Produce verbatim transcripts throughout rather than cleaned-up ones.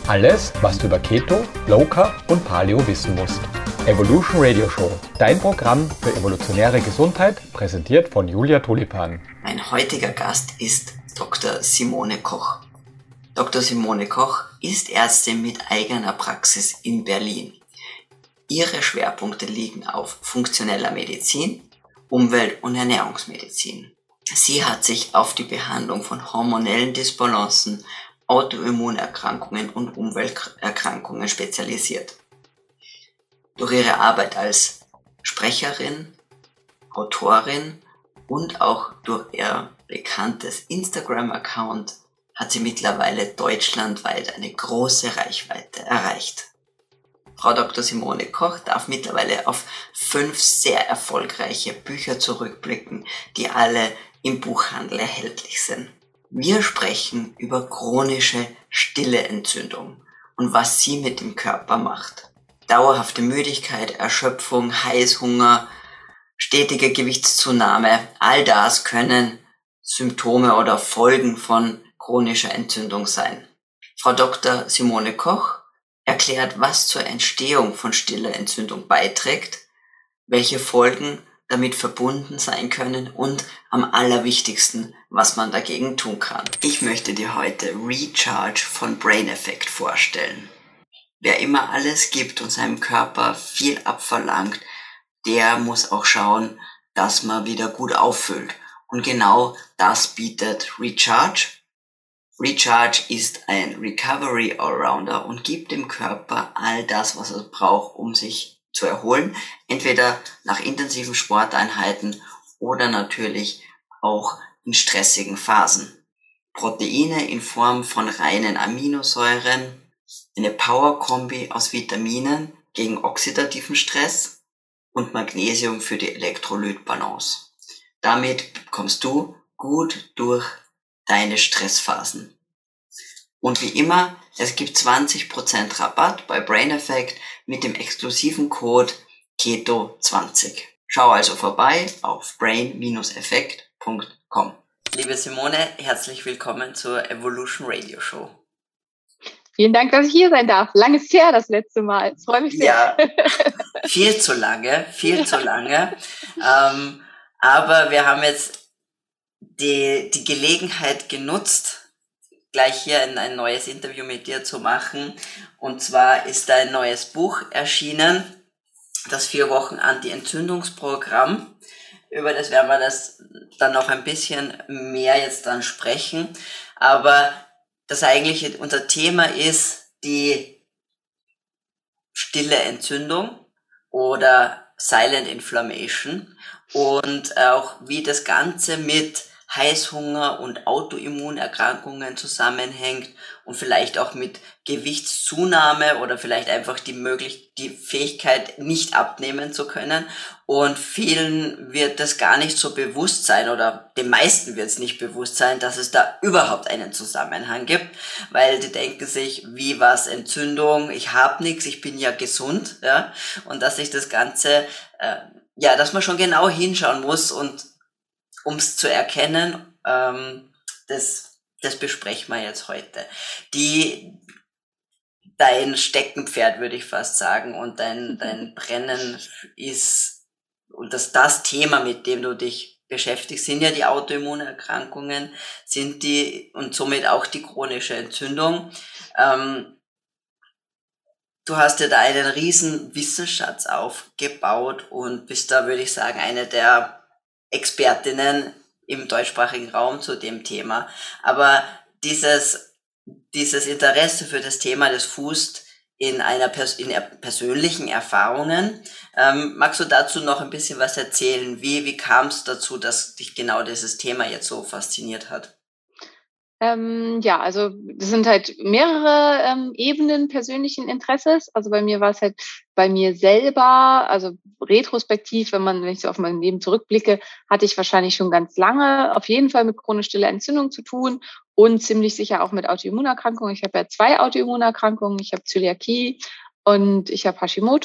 Alles, was du über Keto, Low Carb und Paleo wissen musst. Evolution Radio Show, dein Programm für evolutionäre Gesundheit, präsentiert von Julia Tulipan. Mein heutiger Gast ist Doktor Simone Koch. Doktor Simone Koch ist Ärztin mit eigener Praxis in Berlin. Ihre Schwerpunkte liegen auf funktioneller Medizin, Umwelt- und Ernährungsmedizin. Sie hat sich auf die Behandlung von hormonellen Dysbalancen, Autoimmunerkrankungen und Umwelterkrankungen spezialisiert. Durch ihre Arbeit als Sprecherin, Autorin und auch durch ihr bekanntes Instagram-Account hat sie mittlerweile deutschlandweit eine große Reichweite erreicht. Frau Doktor Simone Koch darf mittlerweile auf fünf sehr erfolgreiche Bücher zurückblicken, die alle im Buchhandel erhältlich sind. Wir sprechen über chronische stille Entzündung und was sie mit dem Körper macht. Dauerhafte Müdigkeit, Erschöpfung, Heißhunger, stetige Gewichtszunahme, all das können Symptome oder Folgen von chronischer Entzündung sein. Frau Doktor Simone Koch erklärt, was zur Entstehung von stiller Entzündung beiträgt, welche Folgen damit verbunden sein können und am allerwichtigsten, was man dagegen tun kann. Ich möchte dir heute Recharge von Brain Effect vorstellen. Wer immer alles gibt und seinem Körper viel abverlangt, der muss auch schauen, dass man wieder gut auffüllt. Und genau das bietet Recharge. Recharge ist ein Recovery Allrounder und gibt dem Körper all das, was er braucht, um sich zu erholen. Entweder nach intensiven Sporteinheiten oder natürlich auch in stressigen Phasen. Proteine in Form von reinen Aminosäuren, eine Power-Kombi aus Vitaminen gegen oxidativen Stress und Magnesium für die Elektrolytbalance. Damit kommst du gut durch deine Stressphasen. Und wie immer, es gibt zwanzig Prozent Rabatt bei Brain Effect mit dem exklusiven Code Keto zwanzig. Schau also vorbei auf brain effect punkt com. Liebe Simone, herzlich willkommen zur Evolution Radio Show. Vielen Dank, dass ich hier sein darf. Lang ist her, das letzte Mal. Ich freue mich sehr. Ja, viel zu lange, viel ja. zu lange. Ähm, aber wir haben jetzt die, die Gelegenheit genutzt, gleich hier ein, ein neues Interview mit dir zu machen. Und zwar ist ein neues Buch erschienen, das vier Wochen Anti-Entzündungsprogramm. Über das werden wir das dann noch ein bisschen mehr jetzt dann sprechen. Aber das eigentliche, unser Thema ist die stille Entzündung oder Silent Inflammation und auch wie das Ganze mit Heißhunger und Autoimmunerkrankungen zusammenhängt und vielleicht auch mit Gewichtszunahme oder vielleicht einfach die möglich die Fähigkeit nicht abnehmen zu können. Und vielen wird das gar nicht so bewusst sein oder den meisten wird es nicht bewusst sein, dass es da überhaupt einen Zusammenhang gibt, weil die denken sich, wie was Entzündung, ich habe nichts, ich bin ja gesund, ja, und dass sich das Ganze, äh, ja, dass man schon genau hinschauen muss und um es zu erkennen, ähm, das, das besprechen wir jetzt heute. Die, dein Steckenpferd, würde ich fast sagen, und dein, dein Brennen ist, und das, das Thema, mit dem du dich beschäftigst, sind ja die Autoimmunerkrankungen, sind die, und somit auch die chronische Entzündung. Ähm, du hast ja da einen riesen Wissensschatz aufgebaut und bist da, würde ich sagen, eine der Expertinnen im deutschsprachigen Raum zu dem Thema. Aber dieses, dieses Interesse für das Thema, das fußt in einer Pers- in persönlichen Erfahrungen. Ähm, magst du dazu noch ein bisschen was erzählen? Wie, wie kam es dazu, dass dich genau dieses Thema jetzt so fasziniert hat? Ähm, ja, also das sind halt mehrere ähm, Ebenen persönlichen Interesses. Also bei mir war es halt bei mir selber, also retrospektiv, wenn man, wenn ich so auf mein Leben zurückblicke, hatte ich wahrscheinlich schon ganz lange auf jeden Fall mit chronisch stiller Entzündung zu tun und ziemlich sicher auch mit Autoimmunerkrankungen. Ich habe ja zwei Autoimmunerkrankungen. Ich habe Zöliakie und ich habe Hashimoto.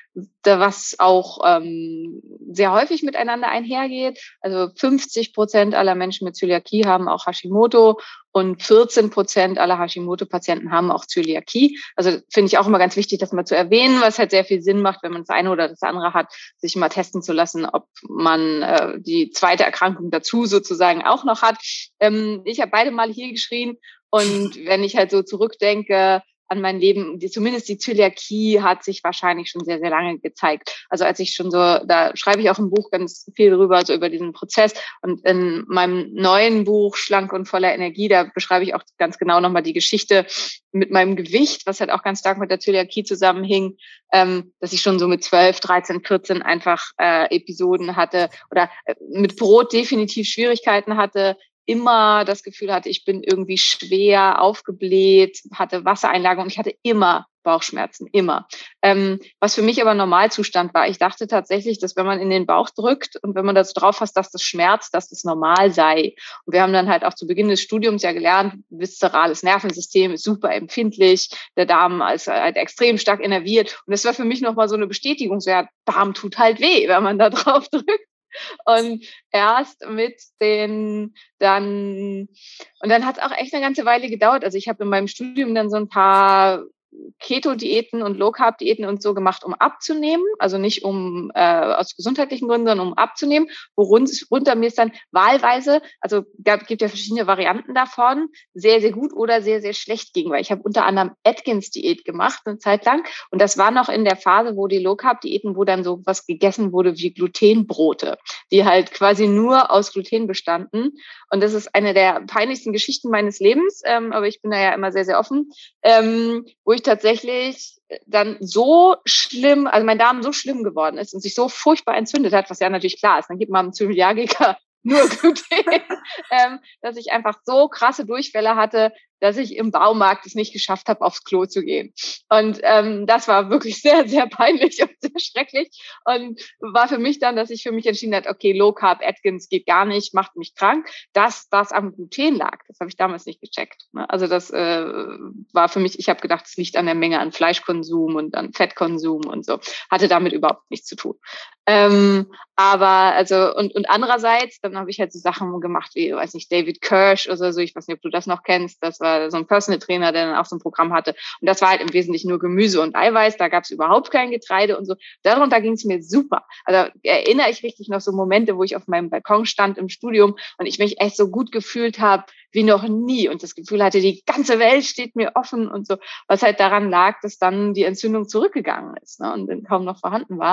was auch ähm, sehr häufig miteinander einhergeht. Also fünfzig Prozent aller Menschen mit Zöliakie haben auch Hashimoto und vierzehn Prozent aller Hashimoto-Patienten haben auch Zöliakie. Also finde ich auch immer ganz wichtig, das mal zu erwähnen, was halt sehr viel Sinn macht, wenn man das eine oder das andere hat, sich mal testen zu lassen, ob man äh, die zweite Erkrankung dazu sozusagen auch noch hat. Ähm, ich habe beide mal hier geschrien und wenn ich halt so zurückdenke an mein Leben, die, zumindest die Zöliakie hat sich wahrscheinlich schon sehr, sehr lange gezeigt. Also als ich schon so, da schreibe ich auch im Buch ganz viel drüber, so über diesen Prozess. Und in meinem neuen Buch Schlank und voller Energie, da beschreibe ich auch ganz genau nochmal die Geschichte mit meinem Gewicht, was halt auch ganz stark mit der Zöliakie zusammenhing, ähm, dass ich schon so mit zwölf, dreizehn, vierzehn einfach äh, Episoden hatte oder äh, mit Brot definitiv Schwierigkeiten hatte, immer das Gefühl hatte, ich bin irgendwie schwer aufgebläht, hatte Wassereinlagerung und ich hatte immer Bauchschmerzen, immer. Ähm, was für mich aber Normalzustand war. Ich dachte tatsächlich, dass wenn man in den Bauch drückt und wenn man da so drauf fasst, dass das schmerzt, dass das normal sei. Und wir haben dann halt auch zu Beginn des Studiums ja gelernt, viszerales Nervensystem ist super empfindlich, der Darm ist halt extrem stark innerviert. Und das war für mich nochmal so eine Bestätigung, so ja, Darm tut halt weh, wenn man da drauf drückt. Und erst mit den dann, und dann hat es auch echt eine ganze Weile gedauert. Also ich habe in meinem Studium dann so ein paar Keto-Diäten und Low-Carb-Diäten und so gemacht, um abzunehmen. Also nicht um äh, aus gesundheitlichen Gründen, sondern um abzunehmen. Worunter mir ist dann wahlweise, also gab, gibt ja verschiedene Varianten davon, sehr, sehr gut oder sehr, sehr schlecht ging. Weil ich habe unter anderem Atkins-Diät gemacht, eine Zeit lang. Und das war noch in der Phase, wo die Low-Carb-Diäten, wo dann so was gegessen wurde wie Glutenbrote, die halt quasi nur aus Gluten bestanden. Und das ist eine der peinlichsten Geschichten meines Lebens, ähm, aber ich bin da ja immer sehr, sehr offen, ähm, wo ich tatsächlich dann so schlimm, also mein Darm so schlimm geworden ist und sich so furchtbar entzündet hat, was ja natürlich klar ist, dann gibt man einem Zöliakiker nur Gluten, ähm, dass ich einfach so krasse Durchfälle hatte, dass ich im Baumarkt es nicht geschafft habe, aufs Klo zu gehen. Und ähm, das war wirklich sehr, sehr peinlich und sehr schrecklich. Und war für mich dann, dass ich für mich entschieden habe, okay, Low Carb Atkins geht gar nicht, macht mich krank. Dass das am Gluten lag, das habe ich damals nicht gecheckt. Ne? Also das äh, war für mich, ich habe gedacht, es liegt an der Menge an Fleischkonsum und an Fettkonsum und so. Hatte damit überhaupt nichts zu tun. Ähm, aber also und und andererseits, dann habe ich halt so Sachen gemacht wie, weiß nicht, David Kirsch oder so, ich weiß nicht, ob du das noch kennst, das war so ein Personal Trainer, der dann auch so ein Programm hatte und das war halt im Wesentlichen nur Gemüse und Eiweiß, da gab es überhaupt kein Getreide und so, darunter ging es mir super. Also erinnere ich richtig noch so Momente, wo ich auf meinem Balkon stand im Studium und ich mich echt so gut gefühlt habe wie noch nie und das Gefühl hatte, die ganze Welt steht mir offen und so, was halt daran lag, dass dann die Entzündung zurückgegangen ist, ne, und dann kaum noch vorhanden war.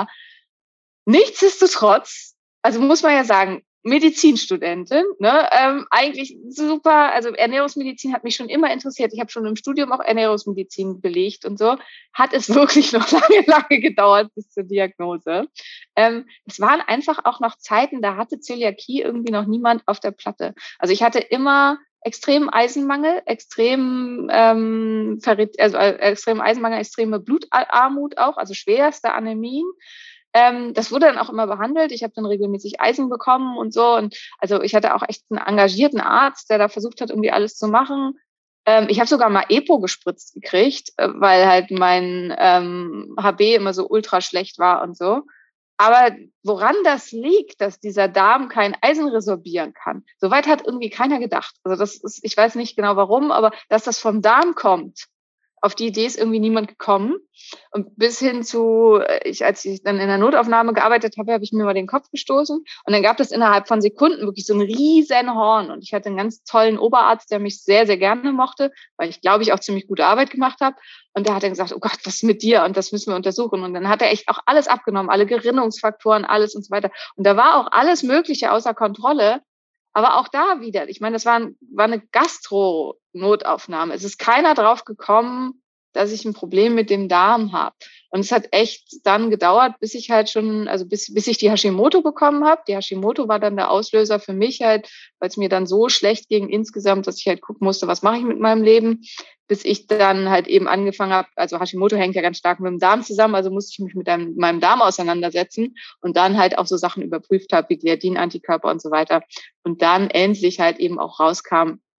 Nichtsdestotrotz, also muss man ja sagen, Medizinstudentin, ne, ähm, eigentlich super, also Ernährungsmedizin hat mich schon immer interessiert. Ich habe schon im Studium auch Ernährungsmedizin belegt und so. Hat es wirklich noch lange, lange gedauert bis zur Diagnose. Ähm, es waren einfach auch noch Zeiten, da hatte Zöliakie irgendwie noch niemand auf der Platte. Also ich hatte immer extremen Eisenmangel, extrem, ähm, also äh, extremen Eisenmangel, extreme Blutarmut auch, also schwerste Anämien. Ähm, das wurde dann auch immer behandelt. Ich habe dann regelmäßig Eisen bekommen und so. Und also ich hatte auch echt einen engagierten Arzt, der da versucht hat, irgendwie alles zu machen. Ähm, ich habe sogar mal Epo gespritzt gekriegt, äh, weil halt mein ähm, H B immer so ultra schlecht war und so. Aber woran das liegt, dass dieser Darm kein Eisen resorbieren kann, soweit hat irgendwie keiner gedacht. Also das ist, ich weiß nicht genau warum, aber dass das vom Darm kommt, auf die Idee ist irgendwie niemand gekommen. Und bis hin zu, ich, als ich dann in der Notaufnahme gearbeitet habe, habe ich mir mal den Kopf gestoßen. Und dann gab es innerhalb von Sekunden wirklich so ein riesen Horn. Und ich hatte einen ganz tollen Oberarzt, der mich sehr, sehr gerne mochte, weil ich, glaube ich, auch ziemlich gute Arbeit gemacht habe. Und der hat dann gesagt, oh Gott, was ist mit dir? Und das müssen wir untersuchen. Und dann hat er echt auch alles abgenommen, alle Gerinnungsfaktoren, alles und so weiter. Und da war auch alles Mögliche außer Kontrolle. Aber auch da wieder, ich meine, das war, war eine Gastro-Notaufnahme. Es ist keiner drauf gekommen, dass ich ein Problem mit dem Darm habe. Und es hat echt dann gedauert, bis ich halt schon, also bis, bis ich die Hashimoto bekommen habe. Die Hashimoto war dann der Auslöser für mich halt, weil es mir dann so schlecht ging insgesamt, dass ich halt gucken musste, was mache ich mit meinem Leben, bis ich dann halt eben angefangen habe, also Hashimoto hängt ja ganz stark mit dem Darm zusammen, also musste ich mich mit einem, meinem Darm auseinandersetzen und dann halt auch so Sachen überprüft habe, wie Gliadin-Antikörper und so weiter. Und dann endlich halt eben auch rauskam,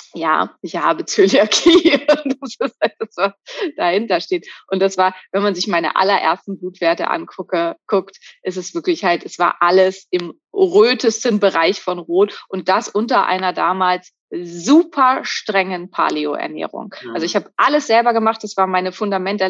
Ja, ich habe Zöliakie. Das ist das, was dahinter steht. Und das war, wenn man sich meine allerersten Blutwerte angucke, guckt, ist es wirklich halt, es war alles im rötesten Bereich von Rot und das unter einer damals super strengen Paleo-Ernährung. Mhm. Also ich habe alles selber gemacht. Das war meine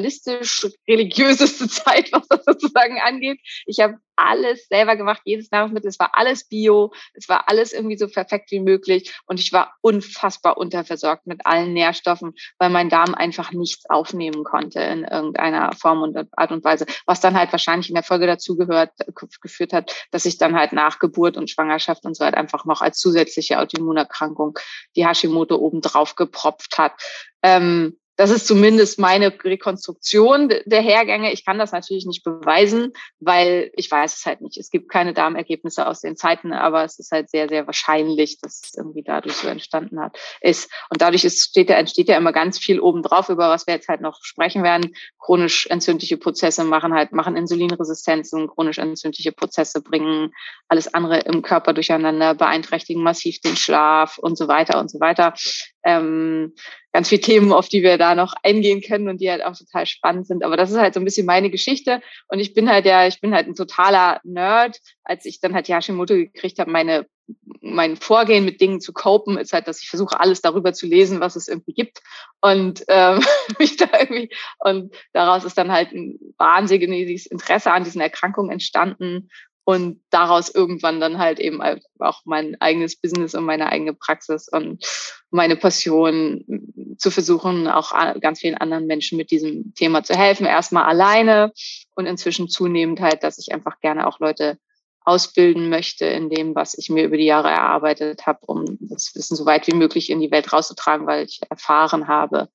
fundamentalistisch-religiöseste Zeit, was das sozusagen angeht. Ich habe alles selber gemacht, jedes Nahrungsmittel. Es war alles Bio. Es war alles irgendwie so perfekt wie möglich. Und ich war unfassbar unterversorgt mit allen Nährstoffen, weil mein Darm einfach nichts aufnehmen konnte in irgendeiner Form und Art und Weise. Was dann halt wahrscheinlich in der Folge dazu gehört, geführt hat, dass ich dann halt nach Geburt und Schwangerschaft und so halt einfach noch als zusätzliche Autoimmunerkrankung die Hashimoto oben drauf gepropft hat. Ähm, das ist zumindest meine Rekonstruktion der Hergänge. Ich kann das natürlich nicht beweisen, weil ich weiß es halt nicht. Es gibt keine Darmergebnisse aus den Zeiten, aber es ist halt sehr, sehr wahrscheinlich, dass es irgendwie dadurch so entstanden hat, ist. Und dadurch ist, steht, entsteht ja immer ganz viel obendrauf, über was wir jetzt halt noch sprechen werden. Chronisch entzündliche Prozesse machen halt, machen Insulinresistenzen, chronisch entzündliche Prozesse bringen alles andere im Körper durcheinander, beeinträchtigen massiv den Schlaf und so weiter und so weiter. Ähm, ganz viele Themen, auf die wir da noch eingehen können und die halt auch total spannend sind. Aber das ist halt so ein bisschen meine Geschichte. Und ich bin halt ja, ich bin halt ein totaler Nerd. Als ich dann halt die Hashimoto gekriegt habe, meine, mein Vorgehen mit Dingen zu copen, ist halt, dass ich versuche, alles darüber zu lesen, was es irgendwie gibt. Und ähm, mich da irgendwie, und daraus ist dann halt ein wahnsinniges Interesse an diesen Erkrankungen entstanden. Und daraus irgendwann dann halt eben auch mein eigenes Business und meine eigene Praxis und meine Passion zu versuchen, auch ganz vielen anderen Menschen mit diesem Thema zu helfen. Erstmal alleine und inzwischen zunehmend halt, dass ich einfach gerne auch Leute ausbilden möchte in dem, was ich mir über die Jahre erarbeitet habe, um das Wissen so weit wie möglich in die Welt rauszutragen, weil ich erfahren habe,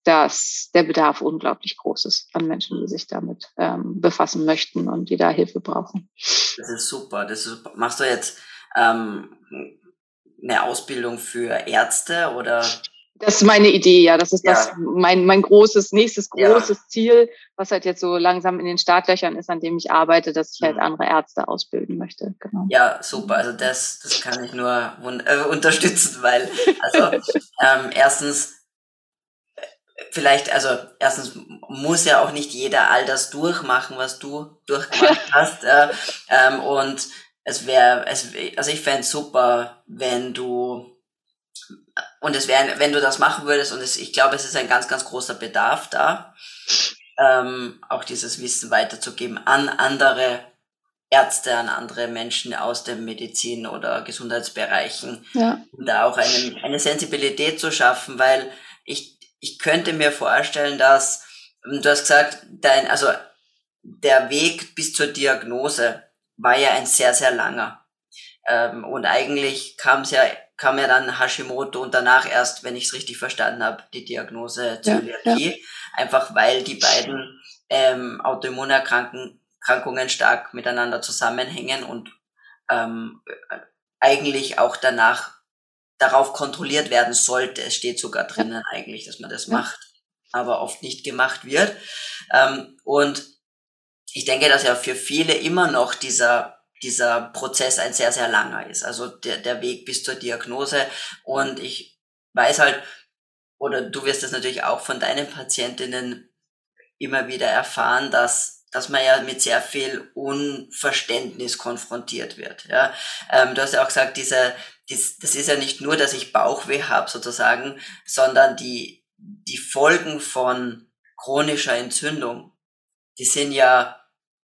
dass der Bedarf unglaublich groß ist an Menschen, die sich damit ähm, befassen möchten und die da Hilfe brauchen. Das ist super. Das ist super. Machst du jetzt ähm, eine Ausbildung für Ärzte oder? Das ist meine Idee, ja. Das ist ja. das mein mein großes, nächstes großes ja. Ziel, was halt jetzt so langsam in den Startlöchern ist, an dem ich arbeite, dass ich halt mhm. andere Ärzte ausbilden möchte. Genau. Ja, super. Also das, das kann ich nur äh, unterstützen, weil also ähm, erstens Vielleicht, also erstens muss ja auch nicht jeder all das durchmachen, was du durchgemacht hast. Äh, ähm, und es wäre, es, also ich fände es super, wenn du, und es wäre, wenn du das machen würdest, und es, ich glaube, es ist ein ganz, ganz großer Bedarf da, ähm, auch dieses Wissen weiterzugeben an andere Ärzte, an andere Menschen aus den Medizin- oder Gesundheitsbereichen, ja. um da auch eine, eine Sensibilität zu schaffen, weil ich Ich könnte mir vorstellen, dass, du hast gesagt, dein, also der Weg bis zur Diagnose war ja ein sehr, sehr langer. Ähm, und eigentlich kam es ja, kam ja dann Hashimoto und danach erst, wenn ich es richtig verstanden habe, die Diagnose Zöliakie. Ja, ja. Einfach weil die beiden ähm, Autoimmunerkrankungen stark miteinander zusammenhängen und ähm, eigentlich auch danach darauf kontrolliert werden sollte. Es steht sogar drinnen ja. eigentlich, dass man das ja. macht, aber oft nicht gemacht wird. Ähm, und ich denke, dass ja für viele immer noch dieser dieser Prozess ein sehr, sehr langer ist. Also der, der Weg bis zur Diagnose. Und ich weiß halt, oder du wirst das natürlich auch von deinen Patientinnen immer wieder erfahren, dass dass man ja mit sehr viel Unverständnis konfrontiert wird. Ja, ähm, du hast ja auch gesagt, diese, dies, das ist ja nicht nur, dass ich Bauchweh habe sozusagen, sondern die die Folgen von chronischer Entzündung, die sind ja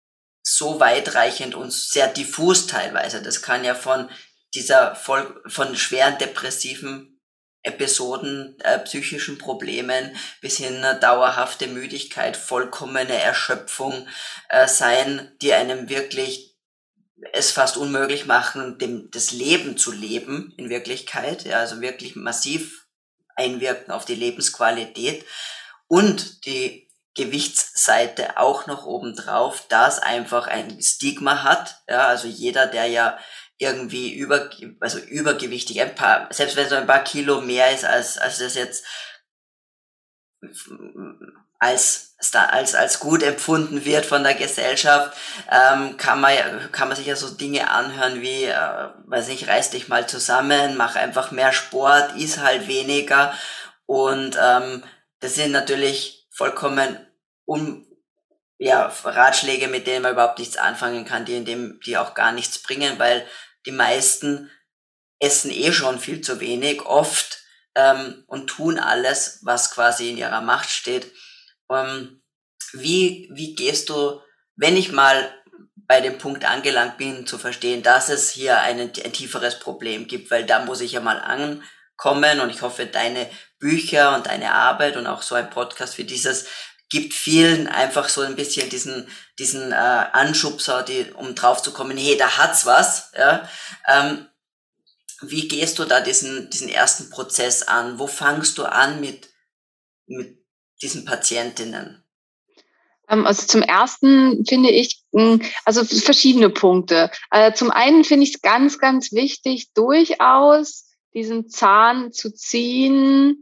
so weitreichend und sehr diffus teilweise. Das kann ja von dieser Fol- von schweren depressiven Episoden, äh, psychischen Problemen bis hin eine dauerhafte Müdigkeit, vollkommene Erschöpfung äh, sein, die einem wirklich es fast unmöglich machen, dem, das Leben zu leben in Wirklichkeit, ja, also wirklich massiv einwirken auf die Lebensqualität und die Gewichtsseite auch noch obendrauf, das einfach ein Stigma hat, ja, also jeder, der ja irgendwie über, also übergewichtig, ein paar, selbst wenn so ein paar Kilo mehr ist, als, als das jetzt als als als gut empfunden wird von der Gesellschaft, ähm, kann man kann man sich ja so Dinge anhören wie, äh, weiß nicht, reiß dich mal zusammen, mach einfach mehr Sport, iss halt weniger, und ähm, das sind natürlich vollkommen un ja Ratschläge, mit denen man überhaupt nichts anfangen kann, die in dem die auch gar nichts bringen, weil die meisten essen eh schon viel zu wenig oft ähm, und tun alles, was quasi in ihrer Macht steht. Um, wie, wie gehst du, wenn ich mal bei dem Punkt angelangt bin, zu verstehen, dass es hier ein, ein tieferes Problem gibt, weil da muss ich ja mal ankommen, und ich hoffe, deine Bücher und deine Arbeit und auch so ein Podcast wie dieses gibt vielen einfach so ein bisschen diesen, diesen äh, Anschubser, die, um drauf zu kommen, hey, da hat's was. Ja? Ähm, wie gehst du da diesen, diesen ersten Prozess an? Wo fangst du an mit, mit diesen Patientinnen? Also zum ersten finde ich, also verschiedene Punkte. Zum einen finde ich es ganz, ganz wichtig, durchaus diesen Zahn zu ziehen.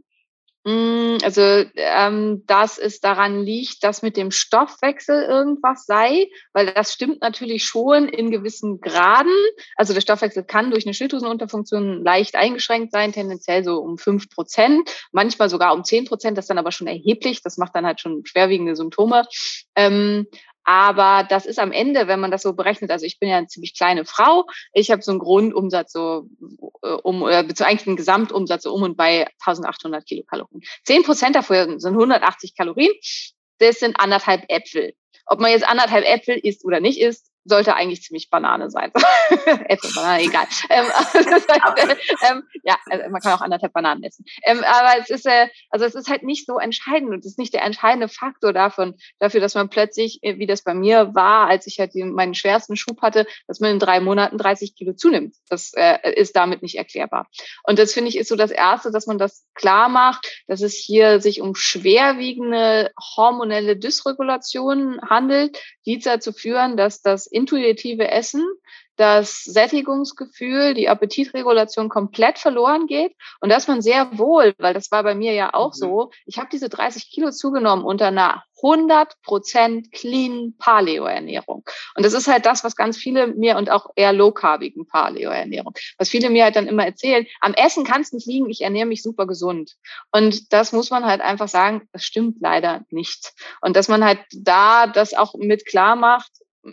Also, ähm, dass es daran liegt, dass mit dem Stoffwechsel irgendwas sei, weil das stimmt natürlich schon in gewissen Graden. Also der Stoffwechsel kann durch eine Schilddrüsenunterfunktion leicht eingeschränkt sein, tendenziell so um fünf Prozent, manchmal sogar um zehn Prozent, das ist dann aber schon erheblich, das macht dann halt schon schwerwiegende Symptome. Ähm, Aber das ist am Ende, wenn man das so berechnet, also ich bin ja eine ziemlich kleine Frau, ich habe so einen Grundumsatz so um, oder eigentlich einen Gesamtumsatz so um und bei eintausendachthundert Kilokalorien. Zehn Prozent davon sind hundertachtzig Kalorien, das sind anderthalb Äpfel. Ob man jetzt anderthalb Äpfel isst oder nicht isst, sollte eigentlich ziemlich Banane sein. Äpfel, Banane, egal. Ähm, also das heißt, ähm, ja, also man kann auch anderthalb Bananen essen. Ähm, aber es ist, äh, also es ist halt nicht so entscheidend, und es ist nicht der entscheidende Faktor davon, dafür, dass man plötzlich, wie das bei mir war, als ich halt den, meinen schwersten Schub hatte, dass man in drei Monaten dreißig Kilo zunimmt. Das äh, ist damit nicht erklärbar. Und das finde ich ist so das Erste, dass man das klar macht, dass es hier sich um schwerwiegende hormonelle Dysregulationen handelt, die dazu führen, dass das intuitive Essen, das Sättigungsgefühl, die Appetitregulation komplett verloren geht, und dass man sehr wohl, weil das war bei mir ja auch mhm. so, ich habe diese dreißig Kilo zugenommen unter einer hundert Prozent clean Paleo-Ernährung. Und das ist halt das, was ganz viele mir, und auch eher low-carbigen Paleo-Ernährung, was viele mir halt dann immer erzählen, am Essen kann es nicht liegen, ich ernähre mich super gesund. Und das muss man halt einfach sagen, das stimmt leider nicht. Und dass man halt da das auch mit klar macht,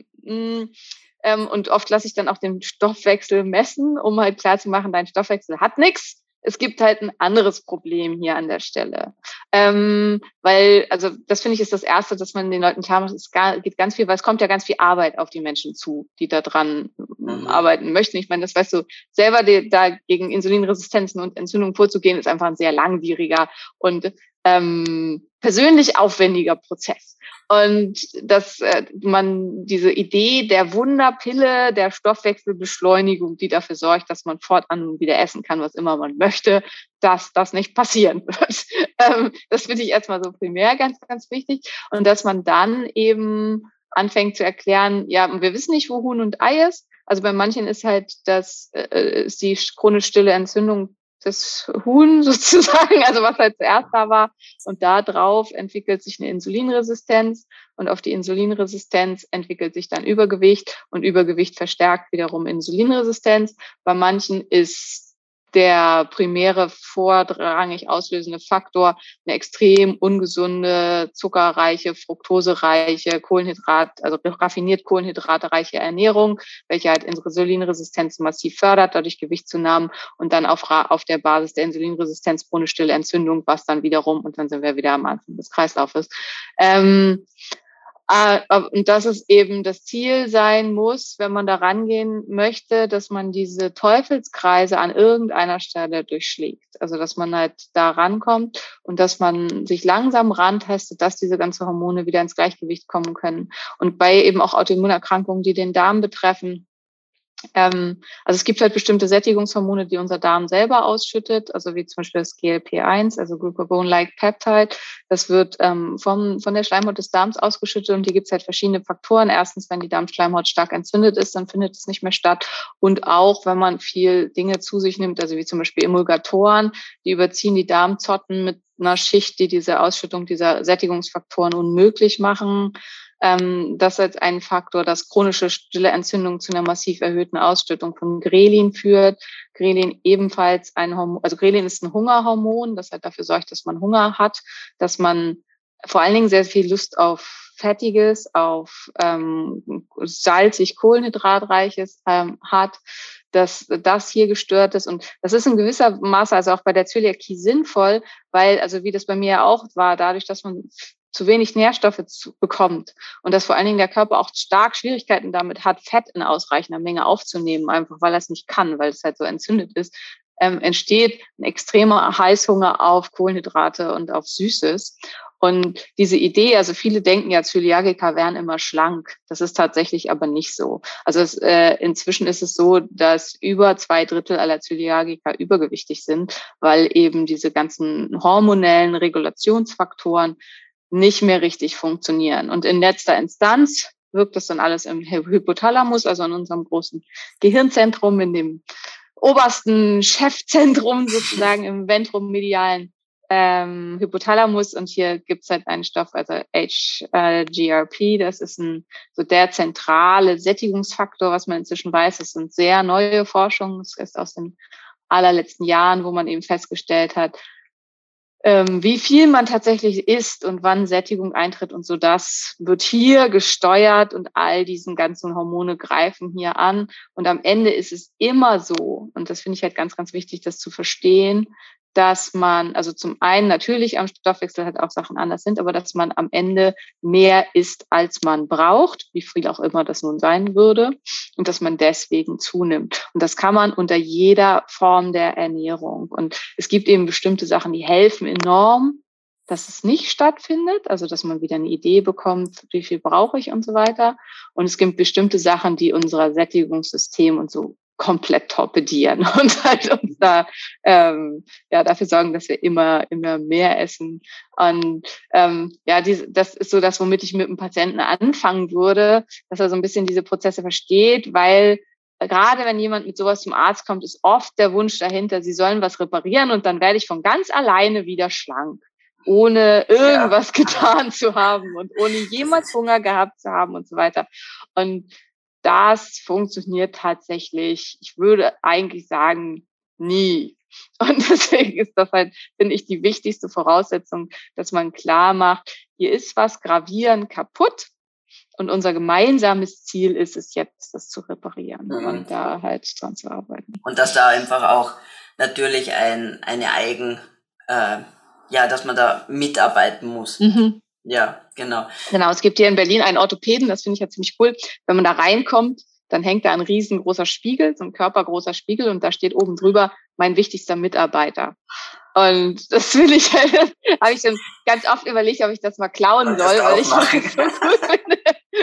mh, Ähm, und oft lasse ich dann auch den Stoffwechsel messen, um halt klarzumachen, dein Stoffwechsel hat nichts. Es gibt halt ein anderes Problem hier an der Stelle. Ähm, weil, also das finde ich ist das Erste, dass man den Leuten klar macht, es geht ganz viel, weil es kommt ja ganz viel Arbeit auf die Menschen zu, die da dran mhm. arbeiten möchten. Ich meine, das weißt du selber, die, da gegen Insulinresistenzen und Entzündungen vorzugehen, ist einfach ein sehr langwieriger und ähm, persönlich aufwendiger Prozess. Und dass äh, man diese Idee der Wunderpille, der Stoffwechselbeschleunigung, die dafür sorgt, dass man fortan wieder essen kann, was immer man möchte, dass das nicht passieren wird. Ähm, das finde ich erstmal so primär ganz, ganz wichtig. Und dass man dann eben anfängt zu erklären, ja, wir wissen nicht, wo Huhn und Ei ist. Also bei manchen ist halt das, äh, ist die chronisch stille Entzündung das Huhn sozusagen, also was halt zuerst da war. Und da drauf entwickelt sich eine Insulinresistenz, und auf die Insulinresistenz entwickelt sich dann Übergewicht, und Übergewicht verstärkt wiederum Insulinresistenz. Bei manchen ist der primäre vorrangig auslösende Faktor eine extrem ungesunde, zuckerreiche, fruktosereiche, Kohlenhydrat, also raffiniert kohlenhydratereiche Ernährung, welche halt Insulinresistenz massiv fördert, dadurch Gewichtszunahmen, und dann auf, auf der Basis der Insulinresistenz chronisch stille Entzündung, was dann wiederum, und dann sind wir wieder am Anfang des Kreislaufes. Ähm, Und dass es eben das Ziel sein muss, wenn man da rangehen möchte, dass man diese Teufelskreise an irgendeiner Stelle durchschlägt. Also dass man halt da rankommt und dass man sich langsam rantestet, dass diese ganzen Hormone wieder ins Gleichgewicht kommen können. Und bei eben auch Autoimmunerkrankungen, die den Darm betreffen, Ähm, also es gibt halt bestimmte Sättigungshormone, die unser Darm selber ausschüttet, also wie zum Beispiel das G L P eins, also Glucagon-like Peptide. Das wird ähm, vom, von der Schleimhaut des Darms ausgeschüttet und hier gibt es halt verschiedene Faktoren. Erstens, wenn die Darmschleimhaut stark entzündet ist, dann findet es nicht mehr statt. Und auch, wenn man viel Dinge zu sich nimmt, also wie zum Beispiel Emulgatoren, die überziehen die Darmzotten mit einer Schicht, die diese Ausschüttung dieser Sättigungsfaktoren unmöglich machen. Ähm, das ist ein Faktor, dass chronische stille Entzündung zu einer massiv erhöhten Ausschüttung von Grelin führt. Grelin ebenfalls ein Hormon, also Grelin ist ein Hungerhormon, das halt dafür sorgt, dass man Hunger hat, dass man vor allen Dingen sehr viel Lust auf Fettiges, auf ähm, salzig, kohlenhydratreiches ähm, hat, dass das hier gestört ist. Und das ist in gewisser Maße also auch bei der Zöliakie sinnvoll, weil, also wie das bei mir ja auch war, dadurch, dass man zu wenig Nährstoffe zu, bekommt und dass vor allen Dingen der Körper auch stark Schwierigkeiten damit hat, Fett in ausreichender Menge aufzunehmen, einfach weil er es nicht kann, weil es halt so entzündet ist, ähm, entsteht ein extremer Heißhunger auf Kohlenhydrate und auf Süßes. Und diese Idee, also viele denken ja, Zöliakiker wären immer schlank. Das ist tatsächlich aber nicht so. Also es, äh, inzwischen ist es so, dass über zwei Drittel aller Zöliakiker übergewichtig sind, weil eben diese ganzen hormonellen Regulationsfaktoren nicht mehr richtig funktionieren. Und in letzter Instanz wirkt das dann alles im Hypothalamus, also in unserem großen Gehirnzentrum, in dem obersten Chefzentrum sozusagen, im ventromedialen ähm, Hypothalamus. Und hier gibt's halt einen Stoff, also H G R P, das ist ein so der zentrale Sättigungsfaktor, was man inzwischen weiß. Das sind sehr neue Forschungen, das ist aus den allerletzten Jahren, wo man eben festgestellt hat, Ähm, wie viel man tatsächlich isst und wann Sättigung eintritt und so, das wird hier gesteuert und all diesen ganzen Hormone greifen hier an. Und am Ende ist es immer so, und das finde ich halt ganz, ganz wichtig, das zu verstehen, dass man, also zum einen natürlich am Stoffwechsel halt auch Sachen anders sind, aber dass man am Ende mehr isst, als man braucht, wie viel auch immer das nun sein würde, und dass man deswegen zunimmt. Und das kann man unter jeder Form der Ernährung. Und es gibt eben bestimmte Sachen, die helfen enorm, dass es nicht stattfindet, also dass man wieder eine Idee bekommt, wie viel brauche ich und so weiter. Und es gibt bestimmte Sachen, die unser Sättigungssystem und so komplett torpedieren und halt uns da ähm, ja dafür sorgen, dass wir immer immer mehr essen. Und ähm, ja, die, das ist so das, womit ich mit dem Patienten anfangen würde, dass er so ein bisschen diese Prozesse versteht, weil gerade wenn jemand mit sowas zum Arzt kommt, ist oft der Wunsch dahinter, sie sollen was reparieren und dann werde ich von ganz alleine wieder schlank, ohne irgendwas ja. getan zu haben und ohne jemals Hunger gehabt zu haben und so weiter. Und das funktioniert tatsächlich, ich würde eigentlich sagen, nie. Und deswegen ist das halt, finde ich, die wichtigste Voraussetzung, dass man klar macht, hier ist was gravierend kaputt und unser gemeinsames Ziel ist es jetzt, das zu reparieren mhm. und da halt dran zu arbeiten. Und dass da einfach auch natürlich ein, eine Eigen, äh, ja, dass man da mitarbeiten muss. Mhm. Ja, genau. Genau, es gibt hier in Berlin einen Orthopäden, das finde ich ja ziemlich cool. Wenn man da reinkommt, dann hängt da ein riesengroßer Spiegel, so ein körpergroßer Spiegel und da steht oben drüber mein wichtigster Mitarbeiter. Und das will ich, habe ich schon ganz oft überlegt, ob ich das mal klauen soll, weil ich das so cool finde.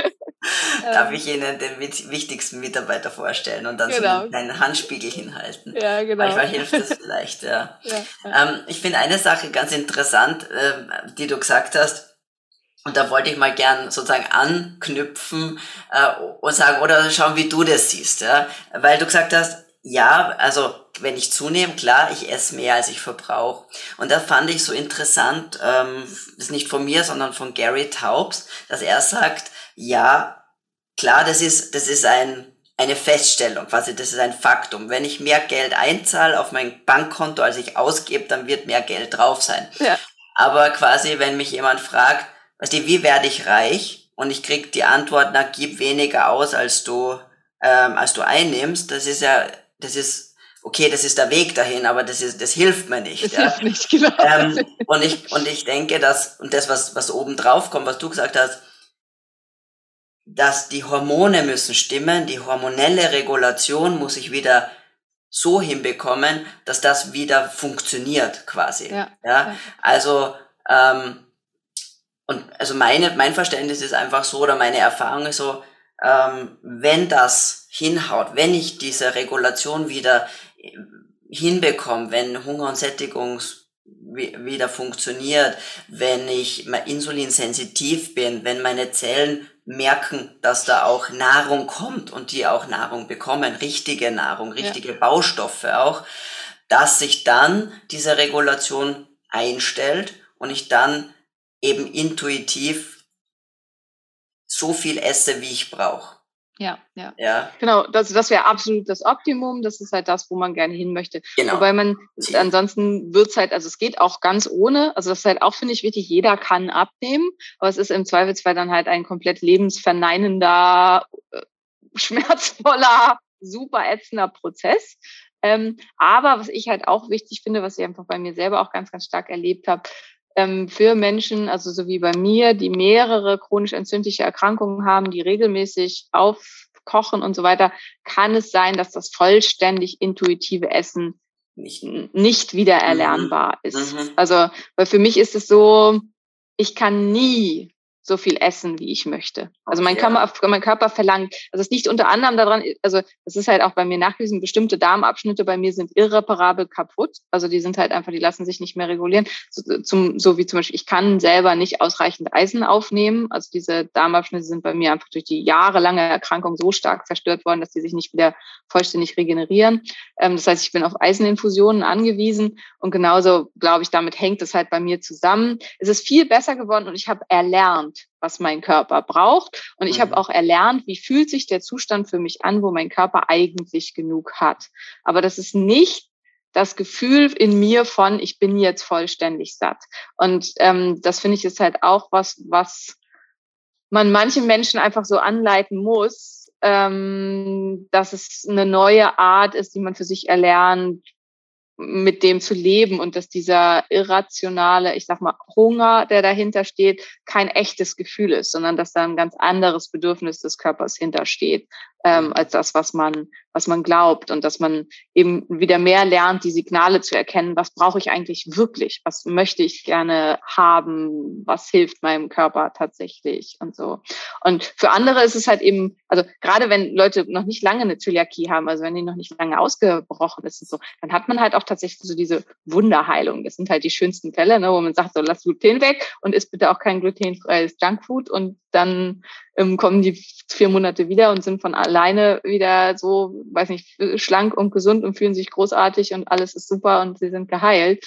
Darf ich Ihnen den wichtigsten Mitarbeiter vorstellen und dann genau. so einen Handspiegel hinhalten? Ja, genau. Manchmal hilft das vielleicht, ja. ja, ja. Ähm, ich finde eine Sache ganz interessant, äh, die du gesagt hast, und da wollte ich mal gern sozusagen anknüpfen äh, und sagen, oder schauen, wie du das siehst, ja, weil du gesagt hast, ja, also wenn ich zunehme, klar, ich esse mehr, als ich verbrauche. Und da fand ich so interessant, ähm, das ist nicht von mir, sondern von Gary Taubes, dass er sagt, ja, klar, das ist das ist ein eine Feststellung, quasi das ist ein Faktum. Wenn ich mehr Geld einzahle auf mein Bankkonto, als ich ausgebe, dann wird mehr Geld drauf sein. Ja. Aber quasi, wenn mich jemand fragt, weißt du, wie werde ich reich? Und ich krieg die Antwort, na, gib weniger aus, als du, ähm, als du einnimmst. Das ist ja, das ist, okay, das ist der Weg dahin, aber das ist, das hilft mir nicht. Das ja. hilft nicht, genau. Ähm, und ich, und ich denke, dass, und das, was, was oben drauf kommt, was du gesagt hast, dass die Hormone müssen stimmen, die hormonelle Regulation muss ich wieder so hinbekommen, dass das wieder funktioniert, quasi. Ja. ja? Also, ähm, Und also meine, mein Verständnis ist einfach so, oder meine Erfahrung ist so, ähm, wenn das hinhaut, wenn ich diese Regulation wieder hinbekomme, wenn Hunger und Sättigung wieder funktioniert, wenn ich insulinsensitiv bin, wenn meine Zellen merken, dass da auch Nahrung kommt und die auch Nahrung bekommen, richtige Nahrung, richtige ja. Baustoffe auch, dass sich dann diese Regulation einstellt und ich dann eben intuitiv so viel esse, wie ich brauche. Ja, ja, ja. Genau, das, das wäre absolut das Optimum. Das ist halt das, wo man gerne hin möchte. Genau. Wobei man, ansonsten wird's halt, also es geht auch ganz ohne. Also das ist halt auch, finde ich, wichtig. Jeder kann abnehmen, aber es ist im Zweifelsfall dann halt ein komplett lebensverneinender, äh, schmerzvoller, super ätzender Prozess. Ähm, aber was ich halt auch wichtig finde, was ich einfach bei mir selber auch ganz, ganz stark erlebt habe, ähm, für Menschen, also so wie bei mir, die mehrere chronisch entzündliche Erkrankungen haben, die regelmäßig aufkochen und so weiter, kann es sein, dass das vollständig intuitive Essen nicht, nicht wieder erlernbar mhm. ist. Mhm. Also, weil für mich ist es so, ich kann nie so viel essen, wie ich möchte. Also mein, okay, Körper, mein Körper verlangt, also es liegt unter anderem daran, also das ist halt auch bei mir nachgewiesen, bestimmte Darmabschnitte bei mir sind irreparabel kaputt. Also die sind halt einfach, die lassen sich nicht mehr regulieren. So, zum, so wie zum Beispiel, ich kann selber nicht ausreichend Eisen aufnehmen. Also diese Darmabschnitte sind bei mir einfach durch die jahrelange Erkrankung so stark zerstört worden, dass die sich nicht wieder vollständig regenerieren. Ähm, das heißt, ich bin auf Eiseninfusionen angewiesen und genauso, glaube ich, damit hängt es halt bei mir zusammen. Es ist viel besser geworden und ich habe erlernt, was mein Körper braucht. Und ich mhm. habe auch erlernt, wie fühlt sich der Zustand für mich an, wo mein Körper eigentlich genug hat. Aber das ist nicht das Gefühl in mir von, ich bin jetzt vollständig satt. Und ähm, das finde ich ist halt auch was, was man manchen Menschen einfach so anleiten muss, ähm, dass es eine neue Art ist, die man für sich erlernt, mit dem zu leben und dass dieser irrationale, ich sag mal, Hunger, der dahinter steht, kein echtes Gefühl ist, sondern dass da ein ganz anderes Bedürfnis des Körpers hintersteht, ähm, als das, was man, was man glaubt und dass man eben wieder mehr lernt, die Signale zu erkennen, was brauche ich eigentlich wirklich, was möchte ich gerne haben, was hilft meinem Körper tatsächlich und so. Und für andere ist es halt eben, also gerade wenn Leute noch nicht lange eine Zöliakie haben, also wenn die noch nicht lange ausgebrochen ist und so, dann hat man halt auch tatsächlich so diese Wunderheilung. Das sind halt die schönsten Fälle, ne, wo man sagt, so lass Gluten weg und isst bitte auch kein glutenfreies Junkfood und dann ähm, kommen die vier Monate wieder und sind von alleine wieder so, weiß nicht, schlank und gesund und fühlen sich großartig und alles ist super und sie sind geheilt.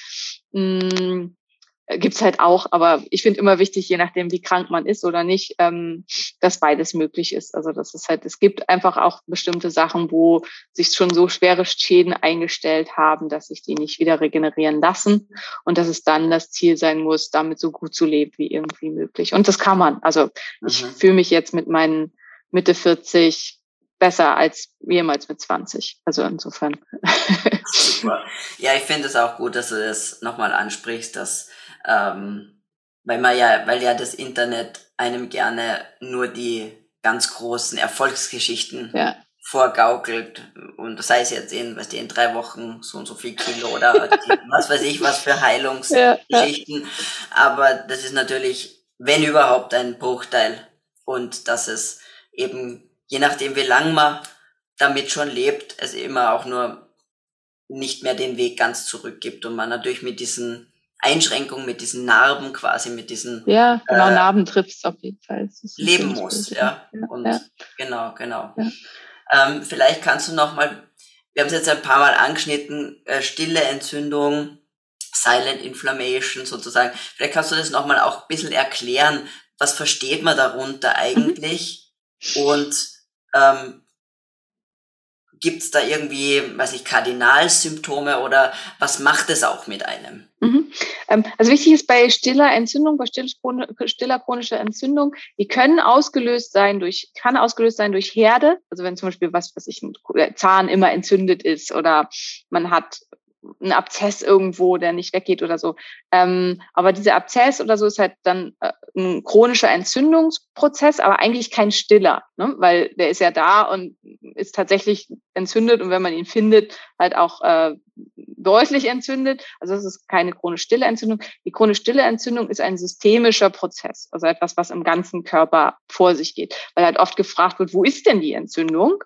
Hm, gibt's halt auch, aber ich finde immer wichtig, je nachdem, wie krank man ist oder nicht, ähm, dass beides möglich ist. Also das ist halt, es gibt einfach auch bestimmte Sachen, wo sich schon so schwere Schäden eingestellt haben, dass sich die nicht wieder regenerieren lassen und dass es dann das Ziel sein muss, damit so gut zu leben wie irgendwie möglich. Und das kann man. Also mhm. ich fühle mich jetzt mit meinen Mitte vierzig besser als jemals mit zwanzig. Also insofern. Super. Ja, ich finde es auch gut, dass du das nochmal ansprichst, dass ähm, weil man ja, weil ja das Internet einem gerne nur die ganz großen Erfolgsgeschichten ja. vorgaukelt und sei es jetzt in, was die in drei Wochen so und so viel Kilo oder die, was weiß ich, was für Heilungsgeschichten. Ja, ja. Aber das ist natürlich, wenn überhaupt, ein Bruchteil und dass es eben, je nachdem wie lang man damit schon lebt, es immer auch nur nicht mehr den Weg ganz zurück gibt und man natürlich mit diesen Einschränkungen, mit diesen Narben quasi, mit diesen... Ja, genau, äh, Narben trifft es auf jeden Fall. Leben muss, ja. ja. Und ja. genau, genau. Ja. Ähm, vielleicht kannst du nochmal, wir haben es jetzt ein paar Mal angeschnitten, äh, stille Entzündung, Silent Inflammation sozusagen. Vielleicht kannst du das nochmal auch ein bisschen erklären, was versteht man darunter eigentlich mhm. und ähm, gibt es da irgendwie, weiß ich, Kardinalsymptome oder was macht es auch mit einem? Mhm. Also wichtig ist bei stiller Entzündung, bei stiller chronischer Entzündung, die können ausgelöst sein durch, kann ausgelöst sein durch Herde. Also wenn zum Beispiel was, was ich, ein Zahn immer entzündet ist oder man hat ein Abzess irgendwo, der nicht weggeht oder so. Ähm, aber dieser Abzess oder so ist halt dann äh, ein chronischer Entzündungsprozess, aber eigentlich kein stiller, ne? Weil der ist ja da und ist tatsächlich entzündet und wenn man ihn findet, halt auch äh, deutlich entzündet. Also das ist keine chronisch stille Entzündung. Die chronisch stille Entzündung ist ein systemischer Prozess, also etwas, was im ganzen Körper vor sich geht. Weil halt oft gefragt wird, wo ist denn die Entzündung?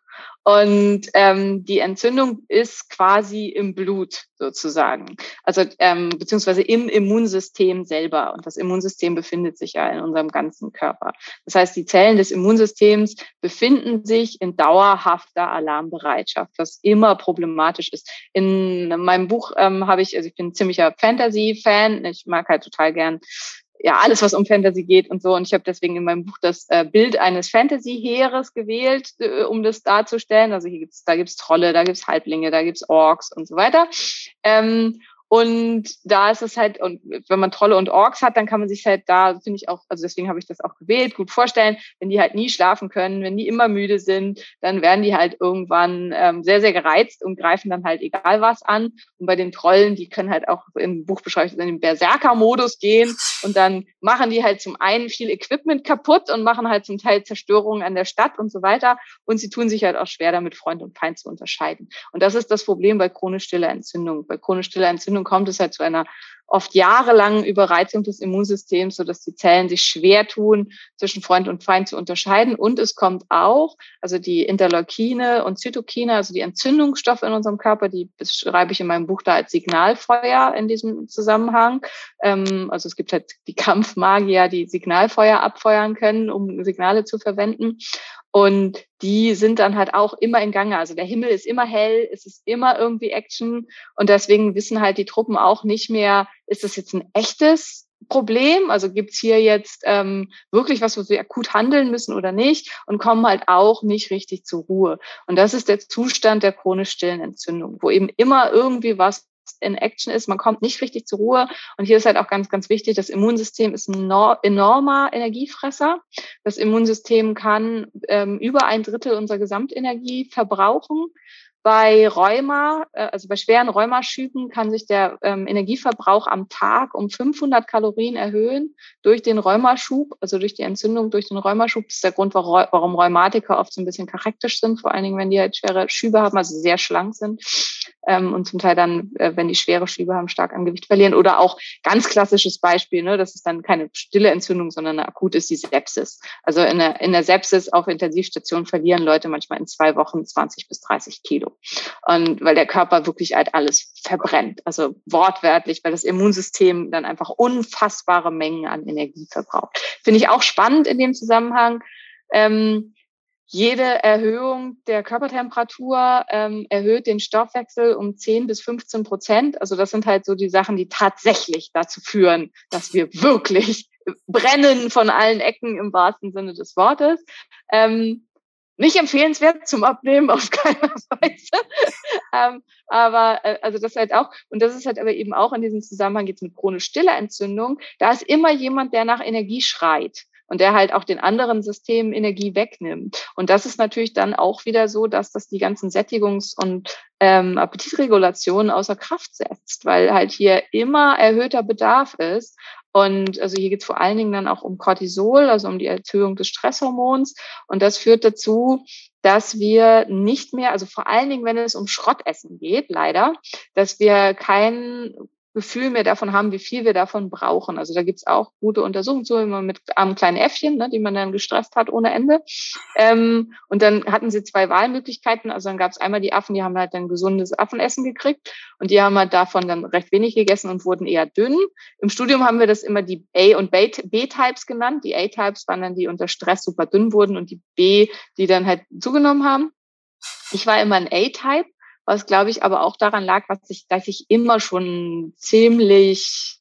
Und ähm, die Entzündung ist quasi im Blut sozusagen, also ähm, beziehungsweise im Immunsystem selber. Und das Immunsystem befindet sich ja in unserem ganzen Körper. Das heißt, die Zellen des Immunsystems befinden sich in dauerhafter Alarmbereitschaft, was immer problematisch ist. In meinem Buch ähm, habe ich, also ich bin ein ziemlicher Fantasy-Fan, ich mag halt total gern ja, alles, was um Fantasy geht und so. Und ich habe deswegen in meinem Buch das äh, Bild eines Fantasy-Heeres gewählt, äh, um das darzustellen. Also hier gibt's, da gibt's Trolle, da gibt's Halblinge, da gibt's Orks und so weiter. Ähm, und da ist es halt, und wenn man Trolle und Orks hat, dann kann man sich halt da, finde ich auch, also deswegen habe ich das auch gewählt, gut vorstellen, wenn die halt nie schlafen können, wenn die immer müde sind, dann werden die halt irgendwann ähm, sehr, sehr gereizt und greifen dann halt egal was an. Und bei den Trollen, die können halt auch im Buch beschreibt in den Berserker-Modus gehen und dann machen die halt zum einen viel Equipment kaputt und machen halt zum Teil Zerstörungen an der Stadt und so weiter. Und sie tun sich halt auch schwer damit, Freund und Feind zu unterscheiden. Und das ist das Problem bei chronisch stiller Entzündung. Bei chronisch stiller Entzündung kommt es halt zu einer oft jahrelangen Überreizung des Immunsystems, sodass die Zellen sich schwer tun, zwischen Freund und Feind zu unterscheiden. Und es kommt auch, also die Interleukine und Zytokine, also die Entzündungsstoffe in unserem Körper, die beschreibe ich in meinem Buch da als Signalfeuer in diesem Zusammenhang. Ähm, also es gibt halt die Kampfmagier, die Signalfeuer abfeuern können, um Signale zu verwenden. Und die sind dann halt auch immer in Gange. Also der Himmel ist immer hell, es ist immer irgendwie Action. Und deswegen wissen halt die Truppen auch nicht mehr, ist das jetzt ein echtes Problem? Also gibt's hier jetzt ähm, wirklich was, wo wir akut handeln müssen oder nicht? Und kommen halt auch nicht richtig zur Ruhe. Und das ist der Zustand der chronisch stillen Entzündung, wo eben immer irgendwie was in Action ist, man kommt nicht richtig zur Ruhe. Und hier ist halt auch ganz, ganz wichtig, das Immunsystem ist ein enormer Energiefresser. Das Immunsystem kann ähm, über ein Drittel unserer Gesamtenergie verbrauchen. Bei Rheuma, also bei schweren Rheumaschüben, kann sich der ähm, Energieverbrauch am Tag um fünfhundert Kalorien erhöhen durch den Rheumaschub, also durch die Entzündung durch den Rheumaschub. Das ist der Grund, warum Rheumatiker oft so ein bisschen charakterisch sind, vor allen Dingen, wenn die halt schwere Schübe haben, also sehr schlank sind ähm, und zum Teil dann, äh, wenn die schwere Schübe haben, stark an Gewicht verlieren. Oder auch ganz klassisches Beispiel, ne, das ist dann keine stille Entzündung, sondern eine akute ist die Sepsis. Also in der, in der Sepsis auf Intensivstation verlieren Leute manchmal in zwei Wochen zwanzig bis dreißig Kilo. Und weil der Körper wirklich halt alles verbrennt, also wortwörtlich, weil das Immunsystem dann einfach unfassbare Mengen an Energie verbraucht. Finde ich auch spannend in dem Zusammenhang. Ähm, jede Erhöhung der Körpertemperatur ähm, erhöht den Stoffwechsel um zehn bis fünfzehn Prozent. Also das sind halt so die Sachen, die tatsächlich dazu führen, dass wir wirklich brennen von allen Ecken im wahrsten Sinne des Wortes. Ähm, Nicht empfehlenswert zum Abnehmen, auf keiner Weise. ähm, aber äh, also das halt auch, und das ist halt aber eben auch in diesem Zusammenhang jetzt mit chronisch stiller Entzündung, da ist immer jemand, der nach Energie schreit und der halt auch den anderen Systemen Energie wegnimmt. Und das ist natürlich dann auch wieder so, dass das die ganzen Sättigungs- und ähm, Appetitregulationen außer Kraft setzt, weil halt hier immer erhöhter Bedarf ist. Und also hier geht es vor allen Dingen dann auch um Cortisol, also um die Erhöhung des Stresshormons. Und das führt dazu, dass wir nicht mehr, also vor allen Dingen, wenn es um Schrottessen geht, leider, dass wir kein Gefühl mehr davon haben, wie viel wir davon brauchen. Also da gibt's auch gute Untersuchungen zu, immer mit armen kleinen Äffchen, ne, die man dann gestresst hat ohne Ende. Ähm, und dann hatten sie zwei Wahlmöglichkeiten. Also dann gab's einmal die Affen, die haben halt dann gesundes Affenessen gekriegt und die haben halt davon dann recht wenig gegessen und wurden eher dünn. Im Studium haben wir das immer die A- und B-Types genannt. Die A-Types waren dann die unter Stress super dünn wurden und die B, die dann halt zugenommen haben. Ich war immer ein A-Type. Was, glaube ich, aber auch daran lag, was ich, dass ich immer schon ziemlich,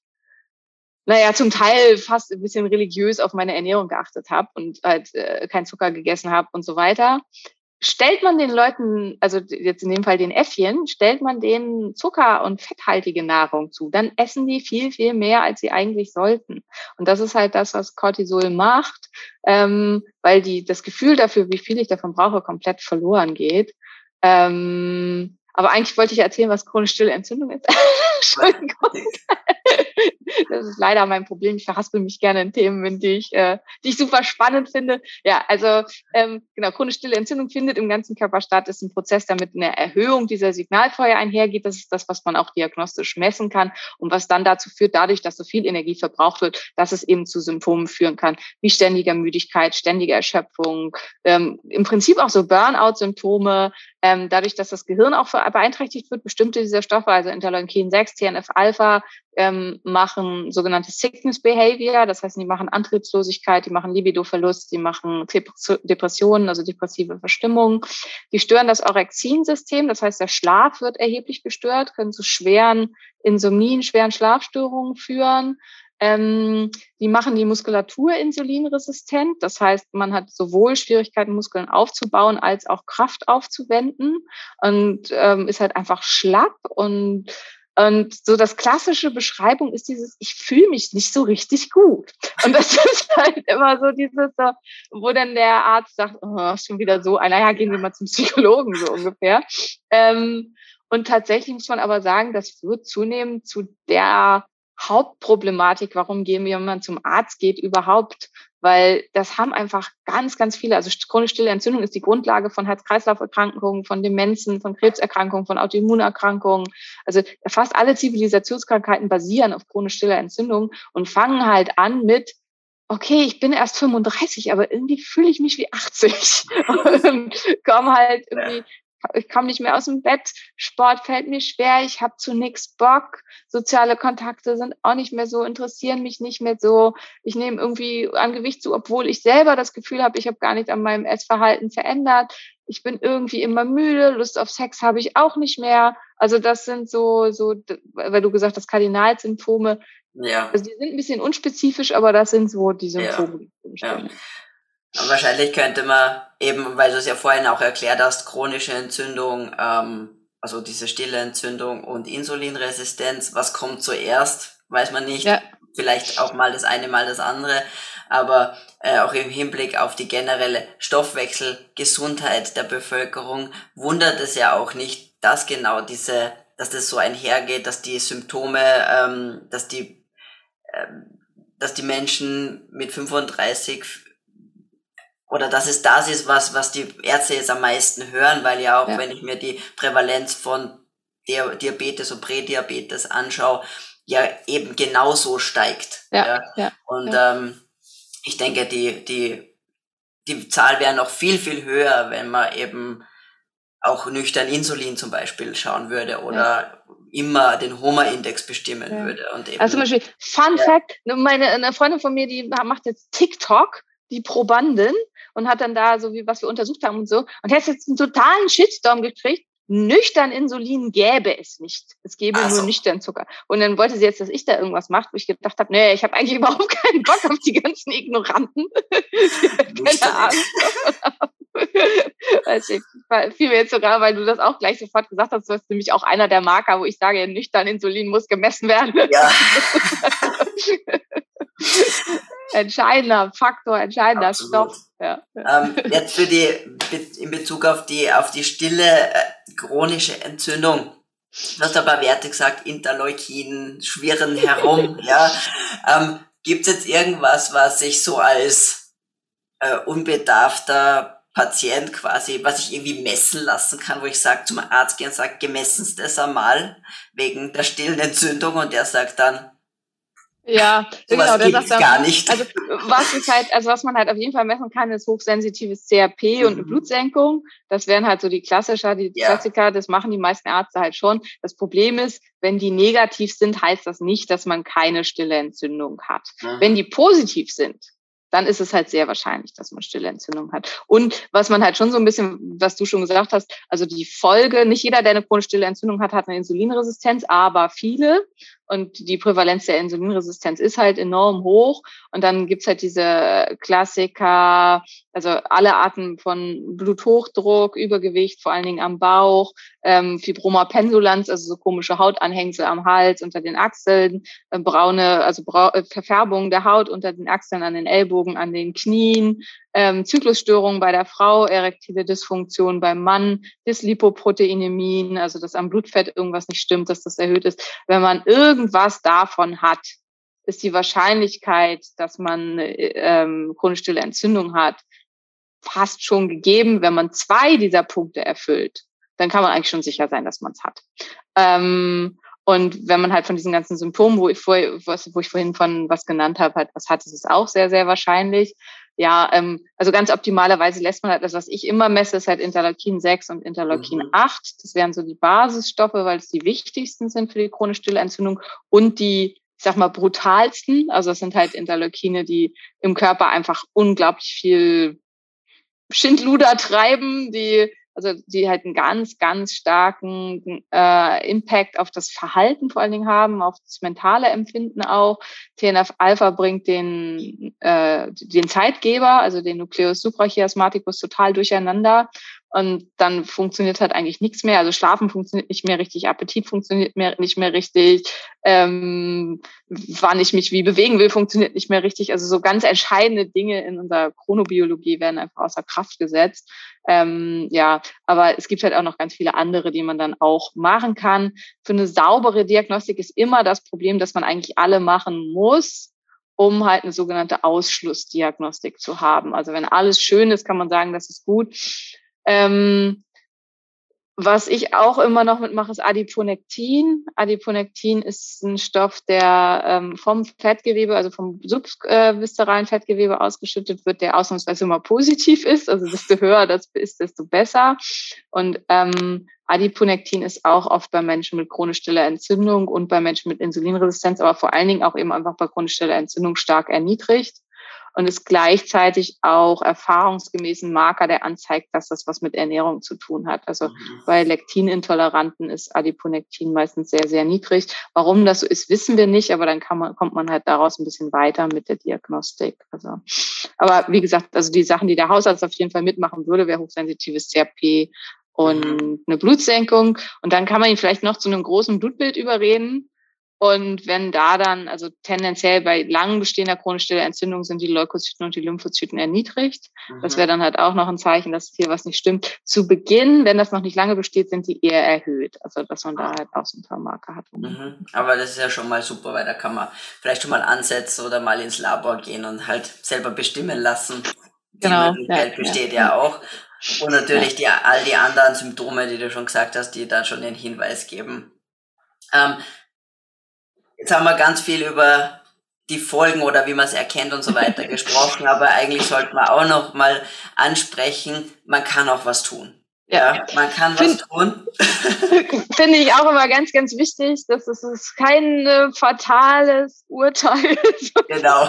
naja, zum Teil fast ein bisschen religiös auf meine Ernährung geachtet habe und halt äh, kein Zucker gegessen habe und so weiter. Stellt man den Leuten, also jetzt in dem Fall den Äffchen, stellt man denen Zucker- und fetthaltige Nahrung zu, dann essen die viel, viel mehr, als sie eigentlich sollten. Und das ist halt das, was Cortisol macht, ähm, weil die das Gefühl dafür, wie viel ich davon brauche, komplett verloren geht. Ähm, aber eigentlich wollte ich erzählen, was chronisch stille Entzündung ist. Entschuldigung. Das ist leider mein Problem. Ich verhaspel mich gerne in Themen, die ich, äh, die ich super spannend finde. Ja, also ähm, genau, chronisch stille Entzündung findet im ganzen Körper statt. Das ist ein Prozess, der mit einer Erhöhung dieser Signalfeuer einhergeht. Das ist das, was man auch diagnostisch messen kann und was dann dazu führt, dadurch, dass so viel Energie verbraucht wird, dass es eben zu Symptomen führen kann, wie ständiger Müdigkeit, ständige Erschöpfung, ähm, im Prinzip auch so Burnout-Symptome, ähm, dadurch, dass das Gehirn auch beeinträchtigt wird, bestimmte dieser Stoffe, also Interleukin sechs, T N F-Alpha, ähm, machen sogenannte Sickness Behavior, das heißt, die machen Antriebslosigkeit, die machen Libidoverlust, die machen Depressionen, also depressive Verstimmung. Die stören das Orexin-System, das heißt, der Schlaf wird erheblich gestört, können zu schweren Insomnien, schweren Schlafstörungen führen. Ähm, die machen die Muskulatur insulinresistent. Das heißt, man hat sowohl Schwierigkeiten, Muskeln aufzubauen, als auch Kraft aufzuwenden und ähm, ist halt einfach schlapp. Und, und so das klassische Beschreibung ist dieses, ich fühle mich nicht so richtig gut. Und das ist halt immer so dieses, so, wo dann der Arzt sagt, oh, schon wieder so, naja, gehen wir mal zum Psychologen, so ungefähr. Ähm, und tatsächlich muss man aber sagen, das wird zunehmend zu der Hauptproblematik, warum gehen wir, wenn man zum Arzt geht, überhaupt, weil das haben einfach ganz, ganz viele, also chronisch stille Entzündung ist die Grundlage von Herz-Kreislauf-Erkrankungen, von Demenzen, von Krebserkrankungen, von Autoimmunerkrankungen, also fast alle Zivilisationskrankheiten basieren auf chronisch stiller Entzündung und fangen halt an mit, okay, ich bin erst fünfunddreißig, aber irgendwie fühle ich mich wie achtzig und komme halt irgendwie ich komme nicht mehr aus dem Bett, Sport fällt mir schwer, ich habe zu nichts Bock, soziale Kontakte sind auch nicht mehr so, interessieren mich nicht mehr so, ich nehme irgendwie an Gewicht zu, obwohl ich selber das Gefühl habe, ich habe gar nichts an meinem Essverhalten verändert, ich bin irgendwie immer müde, Lust auf Sex habe ich auch nicht mehr, also das sind so, so, weil du gesagt hast, Kardinalsymptome, ja. Also die sind ein bisschen unspezifisch, aber das sind so die Symptome. Ja. Ja. Wahrscheinlich könnte man eben, weil du es ja vorhin auch erklärt hast, chronische Entzündung, ähm, also diese stille Entzündung und Insulinresistenz, was kommt zuerst, weiß man nicht. Ja. Vielleicht auch mal das eine, mal das andere. Aber äh, auch im Hinblick auf die generelle Stoffwechselgesundheit der Bevölkerung wundert es ja auch nicht, dass genau diese, dass das so einhergeht, dass die Symptome, ähm, dass die, ähm, dass die Menschen mit fünfunddreißig oder dass es das ist, was was die Ärzte jetzt am meisten hören, weil ja auch, ja. wenn ich mir die Prävalenz von Diabetes und Prädiabetes anschaue, ja eben genauso steigt. Ja, ja. ja und ja. Ähm, ich denke, die die die Zahl wäre noch viel, viel höher, wenn man eben auch nüchtern Insulin zum Beispiel schauen würde oder ja. immer den Homa-Index bestimmen ja. würde. Und eben, also zum Beispiel, Fun ja. Fact, meine, eine Freundin von mir, die macht jetzt TikTok, die Probandin, und hat dann da so wie was wir untersucht haben und so und hat jetzt einen totalen Shitstorm gekriegt. Nüchtern Insulin gäbe es nicht. Es gäbe also. nur nüchtern Zucker. Und dann wollte sie jetzt, dass ich da irgendwas mache, wo ich gedacht habe, nee, ich habe eigentlich überhaupt keinen Bock auf die ganzen Ignoranten. Keine Ahnung. Weiß ich, fiel mir jetzt sogar, weil du das auch gleich sofort gesagt hast, du bist nämlich auch einer der Marker, wo ich sage, nüchtern Insulin muss gemessen werden. Ja. Entscheidender Faktor, entscheidender Absolut. Stoff. Ja. Ähm, jetzt für die, in Bezug auf die, auf die stille, äh, chronische Entzündung. Du hast aber Werte gesagt, Interleukin, schwirren herum, ja. Ähm, gibt's jetzt irgendwas, was ich so als, äh, unbedarfter Patient quasi, was ich irgendwie messen lassen kann, wo ich sage, zum Arzt gehe und sage, gemessen das einmal, wegen der stillen Entzündung, und der sagt dann, ja, genau, der sagt dann, gar nicht. Also was ist halt, also was man halt auf jeden Fall messen kann, ist hochsensitives C R P mhm. und eine Blutsenkung. Das wären halt so die Klassiker, die ja. Klassiker, das machen die meisten Ärzte halt schon. Das Problem ist, wenn die negativ sind, heißt das nicht, dass man keine stille Entzündung hat. Mhm. Wenn die positiv sind, dann ist es halt sehr wahrscheinlich, dass man stille Entzündung hat. Und was man halt schon so ein bisschen, was du schon gesagt hast, also die Folge, nicht jeder, der eine chronisch stille Entzündung hat, hat eine Insulinresistenz, aber viele. Und die Prävalenz der Insulinresistenz ist halt enorm hoch. Und dann gibt's halt diese Klassiker, also alle Arten von Bluthochdruck, Übergewicht, vor allen Dingen am Bauch, ähm, Fibroma pendulans, also so komische Hautanhängsel am Hals, unter den Achseln, äh, braune, also Brau- äh, Verfärbung der Haut unter den Achseln, an den Ellbogen, an den Knien, ähm, Zyklusstörungen bei der Frau, erektile Dysfunktion beim Mann, Dyslipoproteinämien, also dass am Blutfett irgendwas nicht stimmt, dass das erhöht ist. Wenn man irgendwas davon hat, ist die Wahrscheinlichkeit, dass man ähm, chronisch stille Entzündung hat, fast schon gegeben. Wenn man zwei dieser Punkte erfüllt, dann kann man eigentlich schon sicher sein, dass man es hat. Ähm, und wenn man halt von diesen ganzen Symptomen, wo ich, vor, wo ich vorhin von was genannt habe, halt was hat, ist es auch sehr, sehr wahrscheinlich. Ja, ähm, also ganz optimalerweise lässt man halt das, was ich immer messe, ist halt Interleukin sechs und Interleukin mhm. acht. Das wären so die Basisstoffe, weil es die wichtigsten sind für die chronisch stille Entzündung und die, ich sag mal, brutalsten. Also es sind halt Interleukine, die im Körper einfach unglaublich viel Schindluder treiben, die also die halt einen ganz, ganz starken äh, Impact auf das Verhalten vor allen Dingen haben, auf das mentale Empfinden auch. T N F-Alpha bringt den äh, den Zeitgeber, also den Nucleus suprachiasmaticus, total durcheinander. Und dann funktioniert halt eigentlich nichts mehr. Also Schlafen funktioniert nicht mehr richtig, Appetit funktioniert mehr, nicht mehr richtig, ähm, wann ich mich wie bewegen will, funktioniert nicht mehr richtig. Also so ganz entscheidende Dinge in unserer Chronobiologie werden einfach außer Kraft gesetzt. Ähm, ja, aber es gibt halt auch noch ganz viele andere, die man dann auch machen kann. Für eine saubere Diagnostik ist immer das Problem, dass man eigentlich alle machen muss, um halt eine sogenannte Ausschlussdiagnostik zu haben. Also wenn alles schön ist, kann man sagen, das ist gut. Ähm, was ich auch immer noch mitmache, ist Adiponektin. Adiponektin ist ein Stoff, der ähm, vom Fettgewebe, also vom subviszeralen Fettgewebe ausgeschüttet wird, der ausnahmsweise immer positiv ist. Also desto höher das ist, desto besser. Und ähm, Adiponektin ist auch oft bei Menschen mit chronisch stiller Entzündung und bei Menschen mit Insulinresistenz, aber vor allen Dingen auch eben einfach bei chronisch stiller Entzündung stark erniedrigt. Und ist gleichzeitig auch erfahrungsgemäß ein Marker, der anzeigt, dass das was mit Ernährung zu tun hat. Also mhm. bei Lektinintoleranten ist Adiponektin meistens sehr, sehr niedrig. Warum das so ist, wissen wir nicht, aber dann kann man, kommt man halt daraus ein bisschen weiter mit der Diagnostik. Also, aber wie gesagt, also die Sachen, die der Hausarzt auf jeden Fall mitmachen würde, wäre hochsensitives C R P und mhm. eine Blutsenkung. Und dann kann man ihn vielleicht noch zu einem großen Blutbild überreden. Und wenn da dann, also tendenziell bei lang bestehender chronisch stiller Entzündung sind die Leukozyten und die Lymphozyten erniedrigt. Mhm. Das wäre dann halt auch noch ein Zeichen, dass hier was nicht stimmt. Zu Beginn, wenn das noch nicht lange besteht, sind die eher erhöht. Also dass man da halt auch so ein paar Marker hat. Mhm. Aber das ist ja schon mal super, weil da kann man vielleicht schon mal ansetzen oder mal ins Labor gehen und halt selber bestimmen lassen. Die genau, Möglichkeit ja, besteht ja, ja auch. Und natürlich die, all die anderen Symptome, die du schon gesagt hast, die da schon den Hinweis geben. Ähm, Jetzt haben wir ganz viel über die Folgen oder wie man es erkennt und so weiter gesprochen, aber eigentlich sollte man auch noch mal ansprechen, man kann auch was tun. Ja, ja man kann was Find, tun. Finde ich auch immer ganz, ganz wichtig, dass es ist kein äh, fatales Urteil ist. Genau.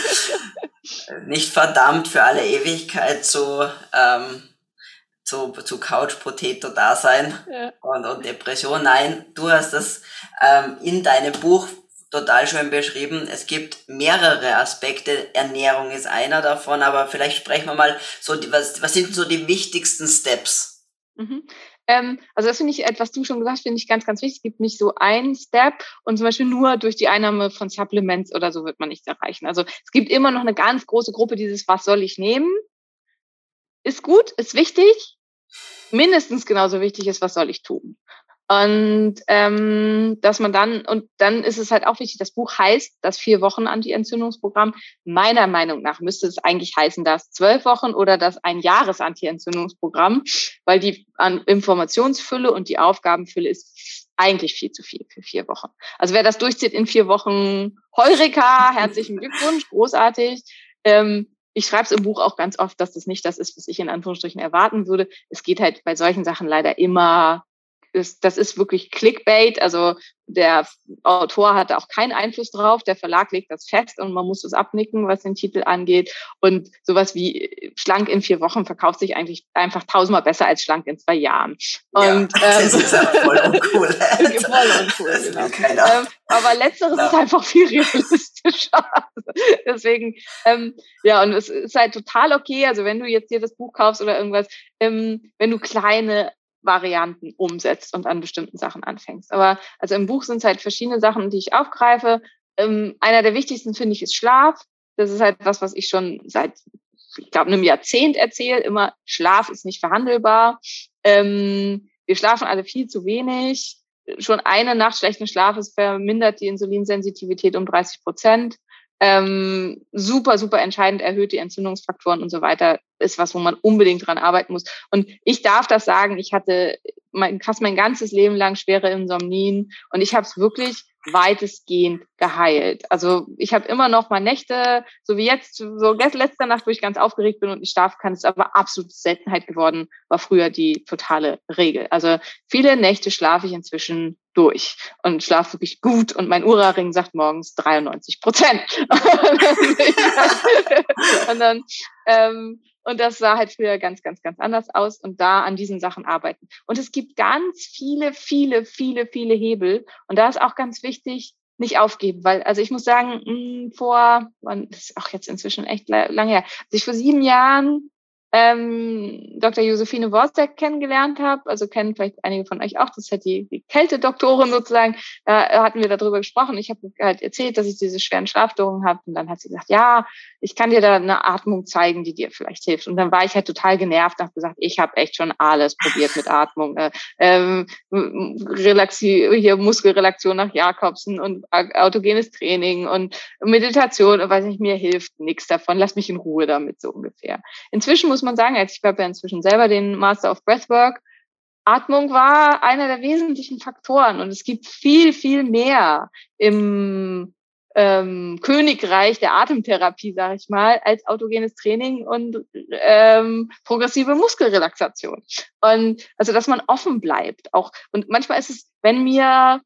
Nicht verdammt für alle Ewigkeit so ähm, zu, zu Couch-Potato-Dasein ja. und, und Depression. Nein, du hast das ähm, in deinem Buch total schön beschrieben. Es gibt mehrere Aspekte. Ernährung ist einer davon, aber vielleicht sprechen wir mal so, die, was, was sind so die wichtigsten Steps? Mhm. Ähm, also das finde ich, was du schon gesagt hast, finde ich ganz, ganz wichtig. Es gibt nicht so einen Step und zum Beispiel nur durch die Einnahme von Supplements oder so wird man nichts erreichen. Also es gibt immer noch eine ganz große Gruppe dieses, was soll ich nehmen? Ist gut, ist wichtig. Mindestens genauso wichtig ist, was soll ich tun? Und ähm, dass man dann, und dann ist es halt auch wichtig, das Buch heißt das vier Wochen Anti-Entzündungsprogramm. Meiner Meinung nach müsste es eigentlich heißen, das zwölf Wochen oder das ein Jahres Anti-Entzündungsprogramm, weil die an Informationsfülle und die Aufgabenfülle ist eigentlich viel zu viel für vier Wochen. Also wer das durchzieht in vier Wochen, Heureka, herzlichen Glückwunsch, großartig. Ähm, Ich schreibe es im Buch auch ganz oft, dass das nicht das ist, was ich in Anführungsstrichen erwarten würde. Es geht halt bei solchen Sachen leider immer, ist, das ist wirklich Clickbait. Also der Autor hatte auch keinen Einfluss drauf. Der Verlag legt das fest und man muss es abnicken, was den Titel angeht. Und sowas wie schlank in vier Wochen verkauft sich eigentlich einfach tausendmal besser als schlank in zwei Jahren. Und, ja, das ähm, ist aber voll uncool. voll uncool, genau. Ähm, aber letzteres ja. ist einfach viel realistischer. Deswegen, ähm, ja, und es ist halt total okay. Also wenn du jetzt dir das Buch kaufst oder irgendwas, ähm, wenn du kleine Varianten umsetzt und an bestimmten Sachen anfängst. Aber also im Buch sind es halt verschiedene Sachen, die ich aufgreife. Ähm, einer der wichtigsten, finde ich, ist Schlaf. Das ist halt was, was ich schon seit ich glaube, einem Jahrzehnt erzähle, immer Schlaf ist nicht verhandelbar. Ähm, wir schlafen alle viel zu wenig. Schon eine Nacht schlechten Schlafes vermindert die Insulinsensitivität um dreißig Prozent. Ähm, super, super entscheidend, erhöht die Entzündungsfaktoren und so weiter, ist was, wo man unbedingt dran arbeiten muss. Und ich darf das sagen, ich hatte mein, fast mein ganzes Leben lang schwere Insomnien und ich habe es wirklich weitestgehend geheilt. Also ich habe immer noch mal Nächte, so wie jetzt, so letzte Nacht, wo ich ganz aufgeregt bin und nicht schlafen kann, ist aber absolute Seltenheit geworden, war früher die totale Regel. Also viele Nächte schlafe ich inzwischen durch und schlafe wirklich gut und mein Ura-Ring sagt morgens dreiundneunzig Prozent. und dann, ähm, und das sah halt früher ganz, ganz, ganz anders aus und da an diesen Sachen arbeiten. Und es gibt ganz viele, viele, viele, viele Hebel und da ist auch ganz wichtig, nicht aufgeben, weil, also ich muss sagen, mh, vor, das ist auch jetzt inzwischen echt lange her, als ich vor sieben Jahren ähm, Doktor Josephine Worzek kennengelernt habe, also kennen vielleicht einige von euch auch, das ist halt die, die Kältedoktorin sozusagen, da äh, hatten wir darüber gesprochen. Ich habe halt erzählt, dass ich diese schweren Schlafstörungen habe und dann hat sie gesagt, ja, ich kann dir da eine Atmung zeigen, die dir vielleicht hilft. Und dann war ich halt total genervt und habe gesagt, ich habe echt schon alles probiert mit Atmung, äh, ähm, Relaxi- hier Muskelrelaktion nach Jakobsen und autogenes Training und Meditation und weiß nicht, mir hilft nichts davon, lass mich in Ruhe damit, so ungefähr. Inzwischen muss man sagen, also ich habe ja inzwischen selber den Master of Breathwork, Atmung war einer der wesentlichen Faktoren und es gibt viel, viel mehr im ähm, Königreich der Atemtherapie, sage ich mal, als autogenes Training und ähm, progressive Muskelrelaxation. Und also, dass man offen bleibt auch. Und manchmal ist es, wenn mir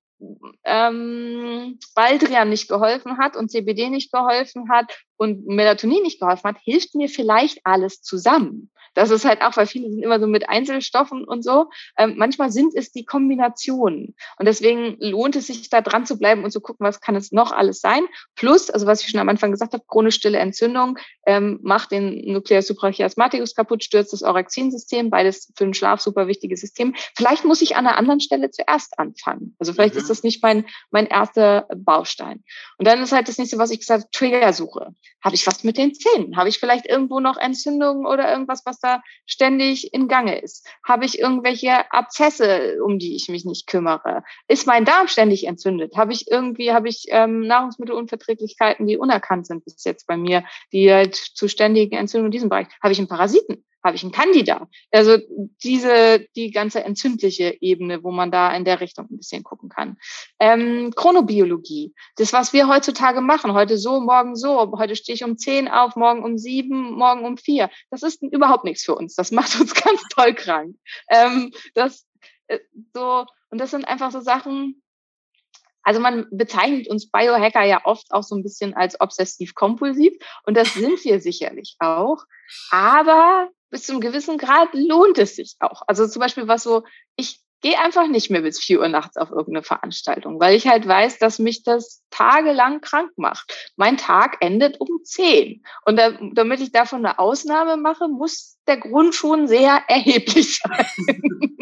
ähm, Baldrian nicht geholfen hat und C B D nicht geholfen hat und Melatonin nicht geholfen hat, hilft mir vielleicht alles zusammen. Das ist halt auch, weil viele sind immer so mit Einzelstoffen und so. Ähm, manchmal sind es die Kombinationen. Und deswegen lohnt es sich, da dran zu bleiben und zu gucken, was kann es noch alles sein. Plus, also was ich schon am Anfang gesagt habe, chronisch stille Entzündung ähm, macht den Nucleus suprachiasmaticus kaputt, stürzt das Orexin-System, beides für den Schlaf super wichtige System. Vielleicht muss ich an einer anderen Stelle zuerst anfangen. Also vielleicht mhm. ist das nicht mein, mein erster Baustein. Und dann ist halt das nächste, was ich gesagt habe, Triggersuche. Habe ich was mit den Zähnen? Habe ich vielleicht irgendwo noch Entzündungen oder irgendwas, was da ständig in Gange ist? Habe ich irgendwelche Abzesse, um die ich mich nicht kümmere? Ist mein Darm ständig entzündet? Habe ich irgendwie, habe ich ähm, Nahrungsmittelunverträglichkeiten, die unerkannt sind bis jetzt bei mir, die halt zu ständigen Entzündungen in diesem Bereich? Habe ich einen Parasiten? Habe ich einen Candida? Also diese, die ganze entzündliche Ebene, wo man da in der Richtung ein bisschen gucken kann. Ähm, Chronobiologie. Das, was wir heutzutage machen. Heute so, morgen so. Heute stehe ich um zehn auf, morgen um sieben, morgen um vier. Das ist überhaupt nichts für uns. Das macht uns ganz toll krank. Ähm, das, äh, so, und das sind einfach so Sachen. Also man bezeichnet uns Biohacker ja oft auch so ein bisschen als obsessiv-kompulsiv. Und das sind wir sicherlich auch. Aber bis zu einem gewissen Grad lohnt es sich auch. Also zum Beispiel was so, ich gehe einfach nicht mehr bis vier Uhr nachts auf irgendeine Veranstaltung, weil ich halt weiß, dass mich das tagelang krank macht. Mein Tag endet um zehn. Und da, damit ich davon eine Ausnahme mache, muss der Grund schon sehr erheblich sein.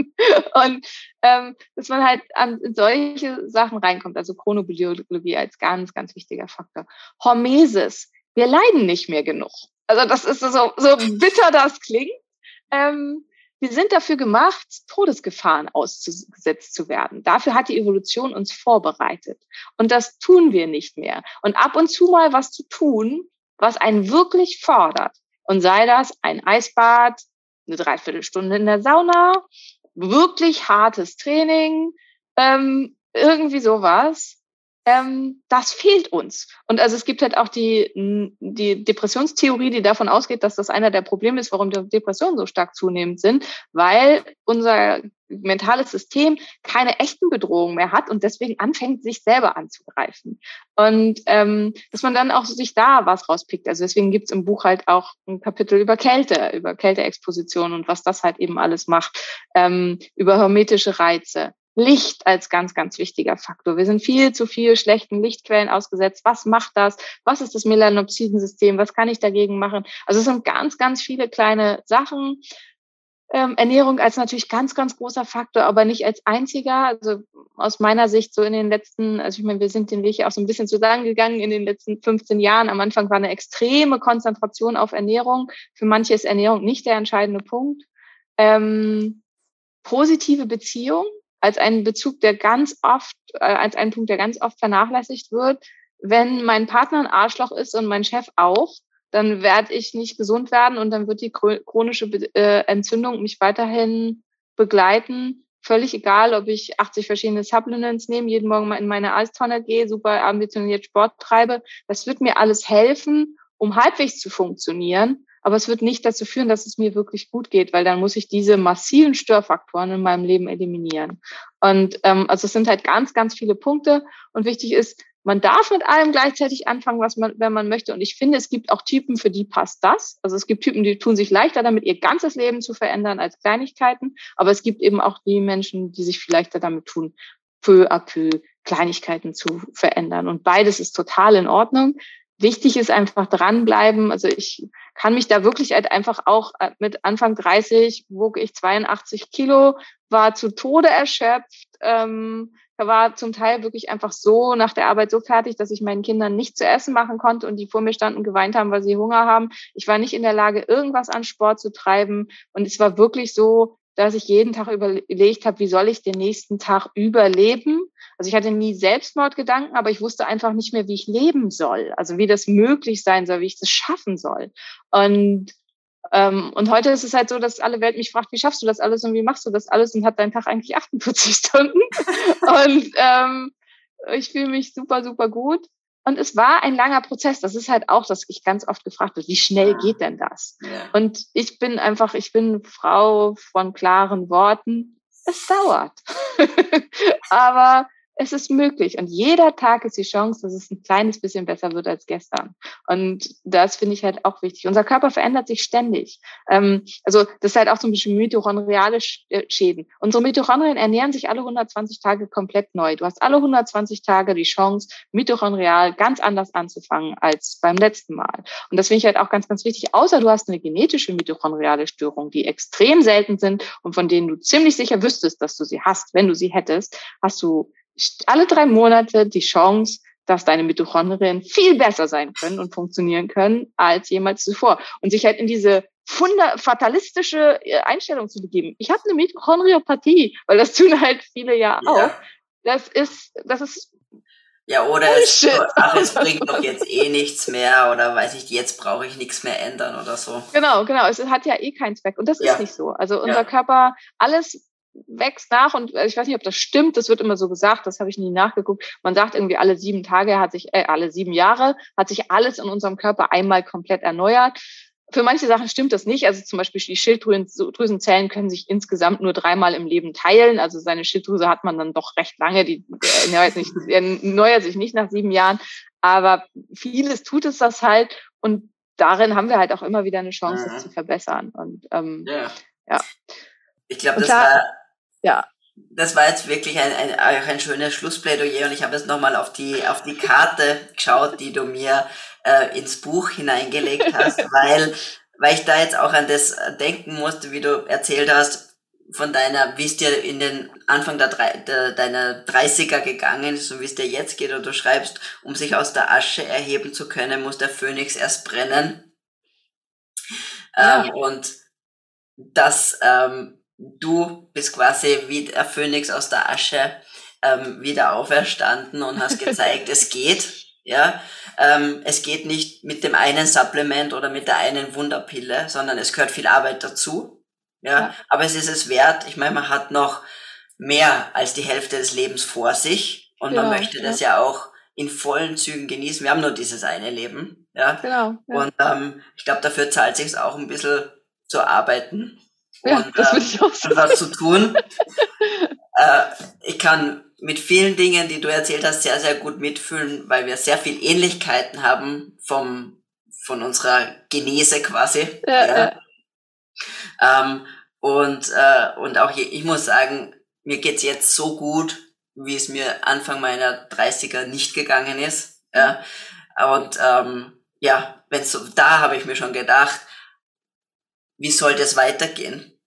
Und ähm, dass man halt an solche Sachen reinkommt, also Chronobiologie als ganz, ganz wichtiger Faktor. Hormesis, wir leiden nicht mehr genug. Also das ist so, so bitter das klingt. Ähm, wir sind dafür gemacht, Todesgefahren ausgesetzt zu werden. Dafür hat die Evolution uns vorbereitet. Und das tun wir nicht mehr. Und ab und zu mal was zu tun, was einen wirklich fordert. Und sei das ein Eisbad, eine Dreiviertelstunde in der Sauna, wirklich hartes Training, ähm, irgendwie sowas. Ähm, das fehlt uns. Und also es gibt halt auch die, die Depressionstheorie, die davon ausgeht, dass das einer der Probleme ist, warum die Depressionen so stark zunehmend sind, weil unser mentales System keine echten Bedrohungen mehr hat und deswegen anfängt, sich selber anzugreifen. Und ähm, dass man dann auch sich da was rauspickt. Also deswegen gibt's im Buch halt auch ein Kapitel über Kälte, über Kälteexposition und was das halt eben alles macht, ähm, über hermetische Reize. Licht als ganz, ganz wichtiger Faktor. Wir sind viel zu viel schlechten Lichtquellen ausgesetzt. Was macht das? Was ist das Melanopsiden-System? Was kann ich dagegen machen? Also es sind ganz, ganz viele kleine Sachen. Ähm, Ernährung als natürlich ganz, ganz großer Faktor, aber nicht als einziger. Also aus meiner Sicht so in den letzten, also ich meine, wir sind den Weg ja auch so ein bisschen zusammengegangen in den letzten fünfzehn Jahren. Am Anfang war eine extreme Konzentration auf Ernährung. Für manche ist Ernährung nicht der entscheidende Punkt. Ähm, positive Beziehung als einen Bezug, der ganz oft, äh, als einen Punkt, der ganz oft vernachlässigt wird. Wenn mein Partner ein Arschloch ist und mein Chef auch, dann werde ich nicht gesund werden und dann wird die chronische äh, Entzündung mich weiterhin begleiten. Völlig egal, ob ich achtzig verschiedene Supplements nehme, jeden Morgen mal in meine Eistonne gehe, super ambitioniert Sport treibe. Das wird mir alles helfen, um halbwegs zu funktionieren. Aber es wird nicht dazu führen, dass es mir wirklich gut geht, weil dann muss ich diese massiven Störfaktoren in meinem Leben eliminieren. Und ähm, also es sind halt ganz, ganz viele Punkte. Und wichtig ist, man darf mit allem gleichzeitig anfangen, was man, wenn man möchte. Und ich finde, es gibt auch Typen, für die passt das. Also es gibt Typen, die tun sich leichter damit, ihr ganzes Leben zu verändern als Kleinigkeiten. Aber es gibt eben auch die Menschen, die sich vielleicht damit tun, peu à peu Kleinigkeiten zu verändern. Und beides ist total in Ordnung. Wichtig ist einfach dranbleiben. Also ich kann mich da wirklich halt einfach auch mit Anfang dreißig wog ich zweiundachtzig Kilo, war zu Tode erschöpft, ähm, war zum Teil wirklich einfach so nach der Arbeit so fertig, dass ich meinen Kindern nicht zu essen machen konnte und die vor mir standen und geweint haben, weil sie Hunger haben. Ich war nicht in der Lage, irgendwas an Sport zu treiben. Und es war wirklich so, dass ich jeden Tag überlegt habe, wie soll ich den nächsten Tag überleben? Also ich hatte nie Selbstmordgedanken, aber ich wusste einfach nicht mehr, wie ich leben soll. Also wie das möglich sein soll, wie ich das schaffen soll. Und ähm, und heute ist es halt so, dass alle Welt mich fragt, wie schaffst du das alles und wie machst du das alles und hat dein Tag eigentlich achtundvierzig Stunden. Und ähm, ich fühle mich super, super gut. Und es war ein langer Prozess. Das ist halt auch, dass ich ganz oft gefragt wird, wie schnell geht denn das? Ja. Und ich bin einfach, ich bin Frau von klaren Worten. Es dauert. Aber es ist möglich. Und jeder Tag ist die Chance, dass es ein kleines bisschen besser wird als gestern. Und das finde ich halt auch wichtig. Unser Körper verändert sich ständig. Ähm, also das ist halt auch zum Beispiel mitochondriale Schäden. Unsere Mitochondrien ernähren sich alle hundertzwanzig Tage komplett neu. Du hast alle hundertzwanzig Tage die Chance, mitochondrial ganz anders anzufangen als beim letzten Mal. Und das finde ich halt auch ganz, ganz wichtig. Außer du hast eine genetische mitochondriale Störung, die extrem selten sind und von denen du ziemlich sicher wüsstest, dass du sie hast, wenn du sie hättest, hast du alle drei Monate die Chance, dass deine Mitochondrien viel besser sein können und funktionieren können als jemals zuvor. Und sich halt in diese funda- fatalistische Einstellung zu begeben. Ich habe eine Mitochondriopathie, weil das tun halt viele ja auch. Ja. Das ist, das ist ja, oder es, ach, es bringt doch jetzt eh nichts mehr oder weiß ich, jetzt brauche ich nichts mehr ändern oder so. Genau, genau. Es hat ja eh keinen Zweck und das ja. ist nicht so. Also unser ja. Körper, alles wächst nach und ich weiß nicht, ob das stimmt, das wird immer so gesagt, das habe ich nie nachgeguckt. Man sagt irgendwie, alle sieben Tage hat sich, äh, alle sieben Jahre hat sich alles in unserem Körper einmal komplett erneuert. Für manche Sachen stimmt das nicht. Also zum Beispiel die Schilddrüsenzellen können sich insgesamt nur dreimal im Leben teilen. Also seine Schilddrüse hat man dann doch recht lange, die erneuert, nicht, erneuert sich nicht nach sieben Jahren. Aber vieles tut es das halt und darin haben wir halt auch immer wieder eine Chance, mhm. das zu verbessern. Und ähm, ja. ja. Ich glaube, das war Ja. Das war jetzt wirklich ein, ein, ein schönes Schlussplädoyer und ich habe jetzt nochmal auf die, auf die Karte geschaut, die du mir äh, ins Buch hineingelegt hast, weil, weil ich da jetzt auch an das denken musste, wie du erzählt hast, von deiner, wie es dir in den Anfang der, der, deiner dreißiger gegangen ist und wie es dir jetzt geht und du schreibst, um sich aus der Asche erheben zu können, muss der Phönix erst brennen. Ja. Ähm, und das, ähm, du bist quasi wie der Phönix aus der Asche ähm, wieder auferstanden und hast gezeigt, es geht. Ja, ähm, es geht nicht mit dem einen Supplement oder mit der einen Wunderpille, sondern es gehört viel Arbeit dazu. Ja, ja. Aber es ist es wert. Ich meine, man hat noch mehr als die Hälfte des Lebens vor sich und ja, man möchte ja. das ja auch in vollen Zügen genießen. Wir haben nur dieses eine Leben. Ja, genau, ja. Und ähm, ich glaube, dafür zahlt es sich auch ein bisschen zu arbeiten. Ja, und, das äh, würde ich auch sagen. was zu tun. äh, ich kann mit vielen Dingen, die du erzählt hast, sehr, sehr gut mitfühlen, weil wir sehr viel Ähnlichkeiten haben vom, von unserer Genese quasi. Ja, ja. ja. Ähm, und, äh, und auch je, ich muss sagen, mir geht's jetzt so gut, wie es mir Anfang meiner dreißiger nicht gegangen ist. Ja. Und ähm, ja, wenn's so, da habe ich mir schon gedacht, wie soll das weitergehen?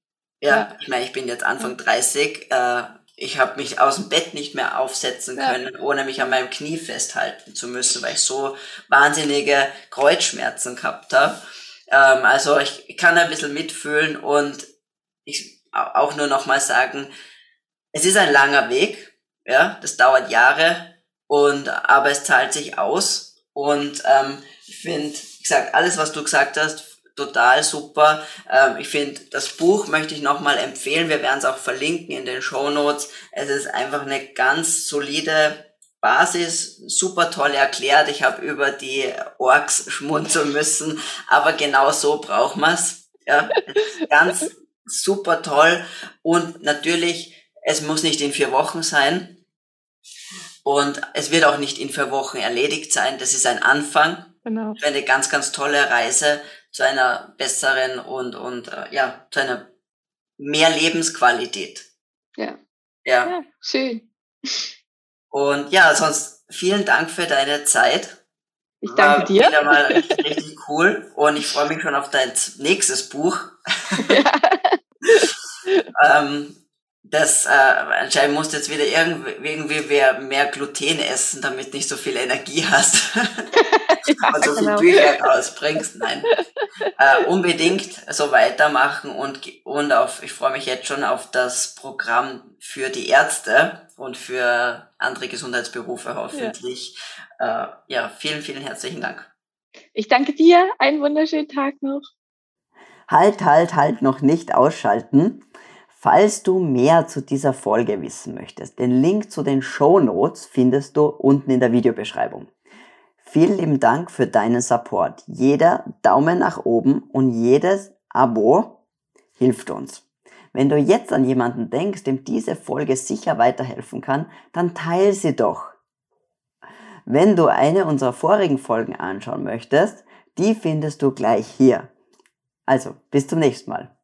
Ja, Ja. ich meine, ich bin jetzt Anfang dreißig. Äh, ich habe mich aus dem Bett nicht mehr aufsetzen Ja. können, ohne mich an meinem Knie festhalten zu müssen, weil ich so wahnsinnige Kreuzschmerzen gehabt habe. Ähm, also ich kann ein bisschen mitfühlen und ich auch nur noch mal sagen, es ist ein langer Weg, ja, das dauert Jahre, und aber es zahlt sich aus. Und ähm, ich finde, wie gesagt, alles, was du gesagt hast, total super. Ähm, ich finde, das Buch möchte ich nochmal empfehlen. Wir werden es auch verlinken in den Shownotes. Es ist einfach eine ganz solide Basis, super toll erklärt. Ich habe über die Orks schmunzeln müssen, aber genau so braucht man's. Ja, es ist ganz super toll. Und natürlich, es muss nicht in vier Wochen sein. Und es wird auch nicht in vier Wochen erledigt sein. Das ist ein Anfang. Genau. Für eine ganz, ganz tolle Reise zu einer besseren und, und äh, ja, zu einer mehr Lebensqualität. Ja. Ja. Ja, schön. Und ja, sonst vielen Dank für deine Zeit. Ich danke War dir. wieder mal richtig, richtig cool. Und ich freue mich schon auf dein nächstes Buch. Ja. ähm, das äh, anscheinend musst du jetzt wieder irgendwie, irgendwie mehr, mehr Gluten essen, damit nicht so viel Energie hast. Ja, und so viele genau. Bücher rausbringst. Nein. Äh, unbedingt so weitermachen und, und auf, ich freue mich jetzt schon auf das Programm für die Ärzte und für andere Gesundheitsberufe hoffentlich. Ja, äh, ja vielen, vielen herzlichen Dank. Ich danke dir. Einen wunderschönen Tag noch. Halt, halt, halt, noch nicht ausschalten. Falls du mehr zu dieser Folge wissen möchtest, den Link zu den Shownotes findest du unten in der Videobeschreibung. Vielen lieben Dank für deinen Support. Jeder Daumen nach oben und jedes Abo hilft uns. Wenn du jetzt an jemanden denkst, dem diese Folge sicher weiterhelfen kann, dann teile sie doch. Wenn du eine unserer vorigen Folgen anschauen möchtest, die findest du gleich hier. Also, bis zum nächsten Mal.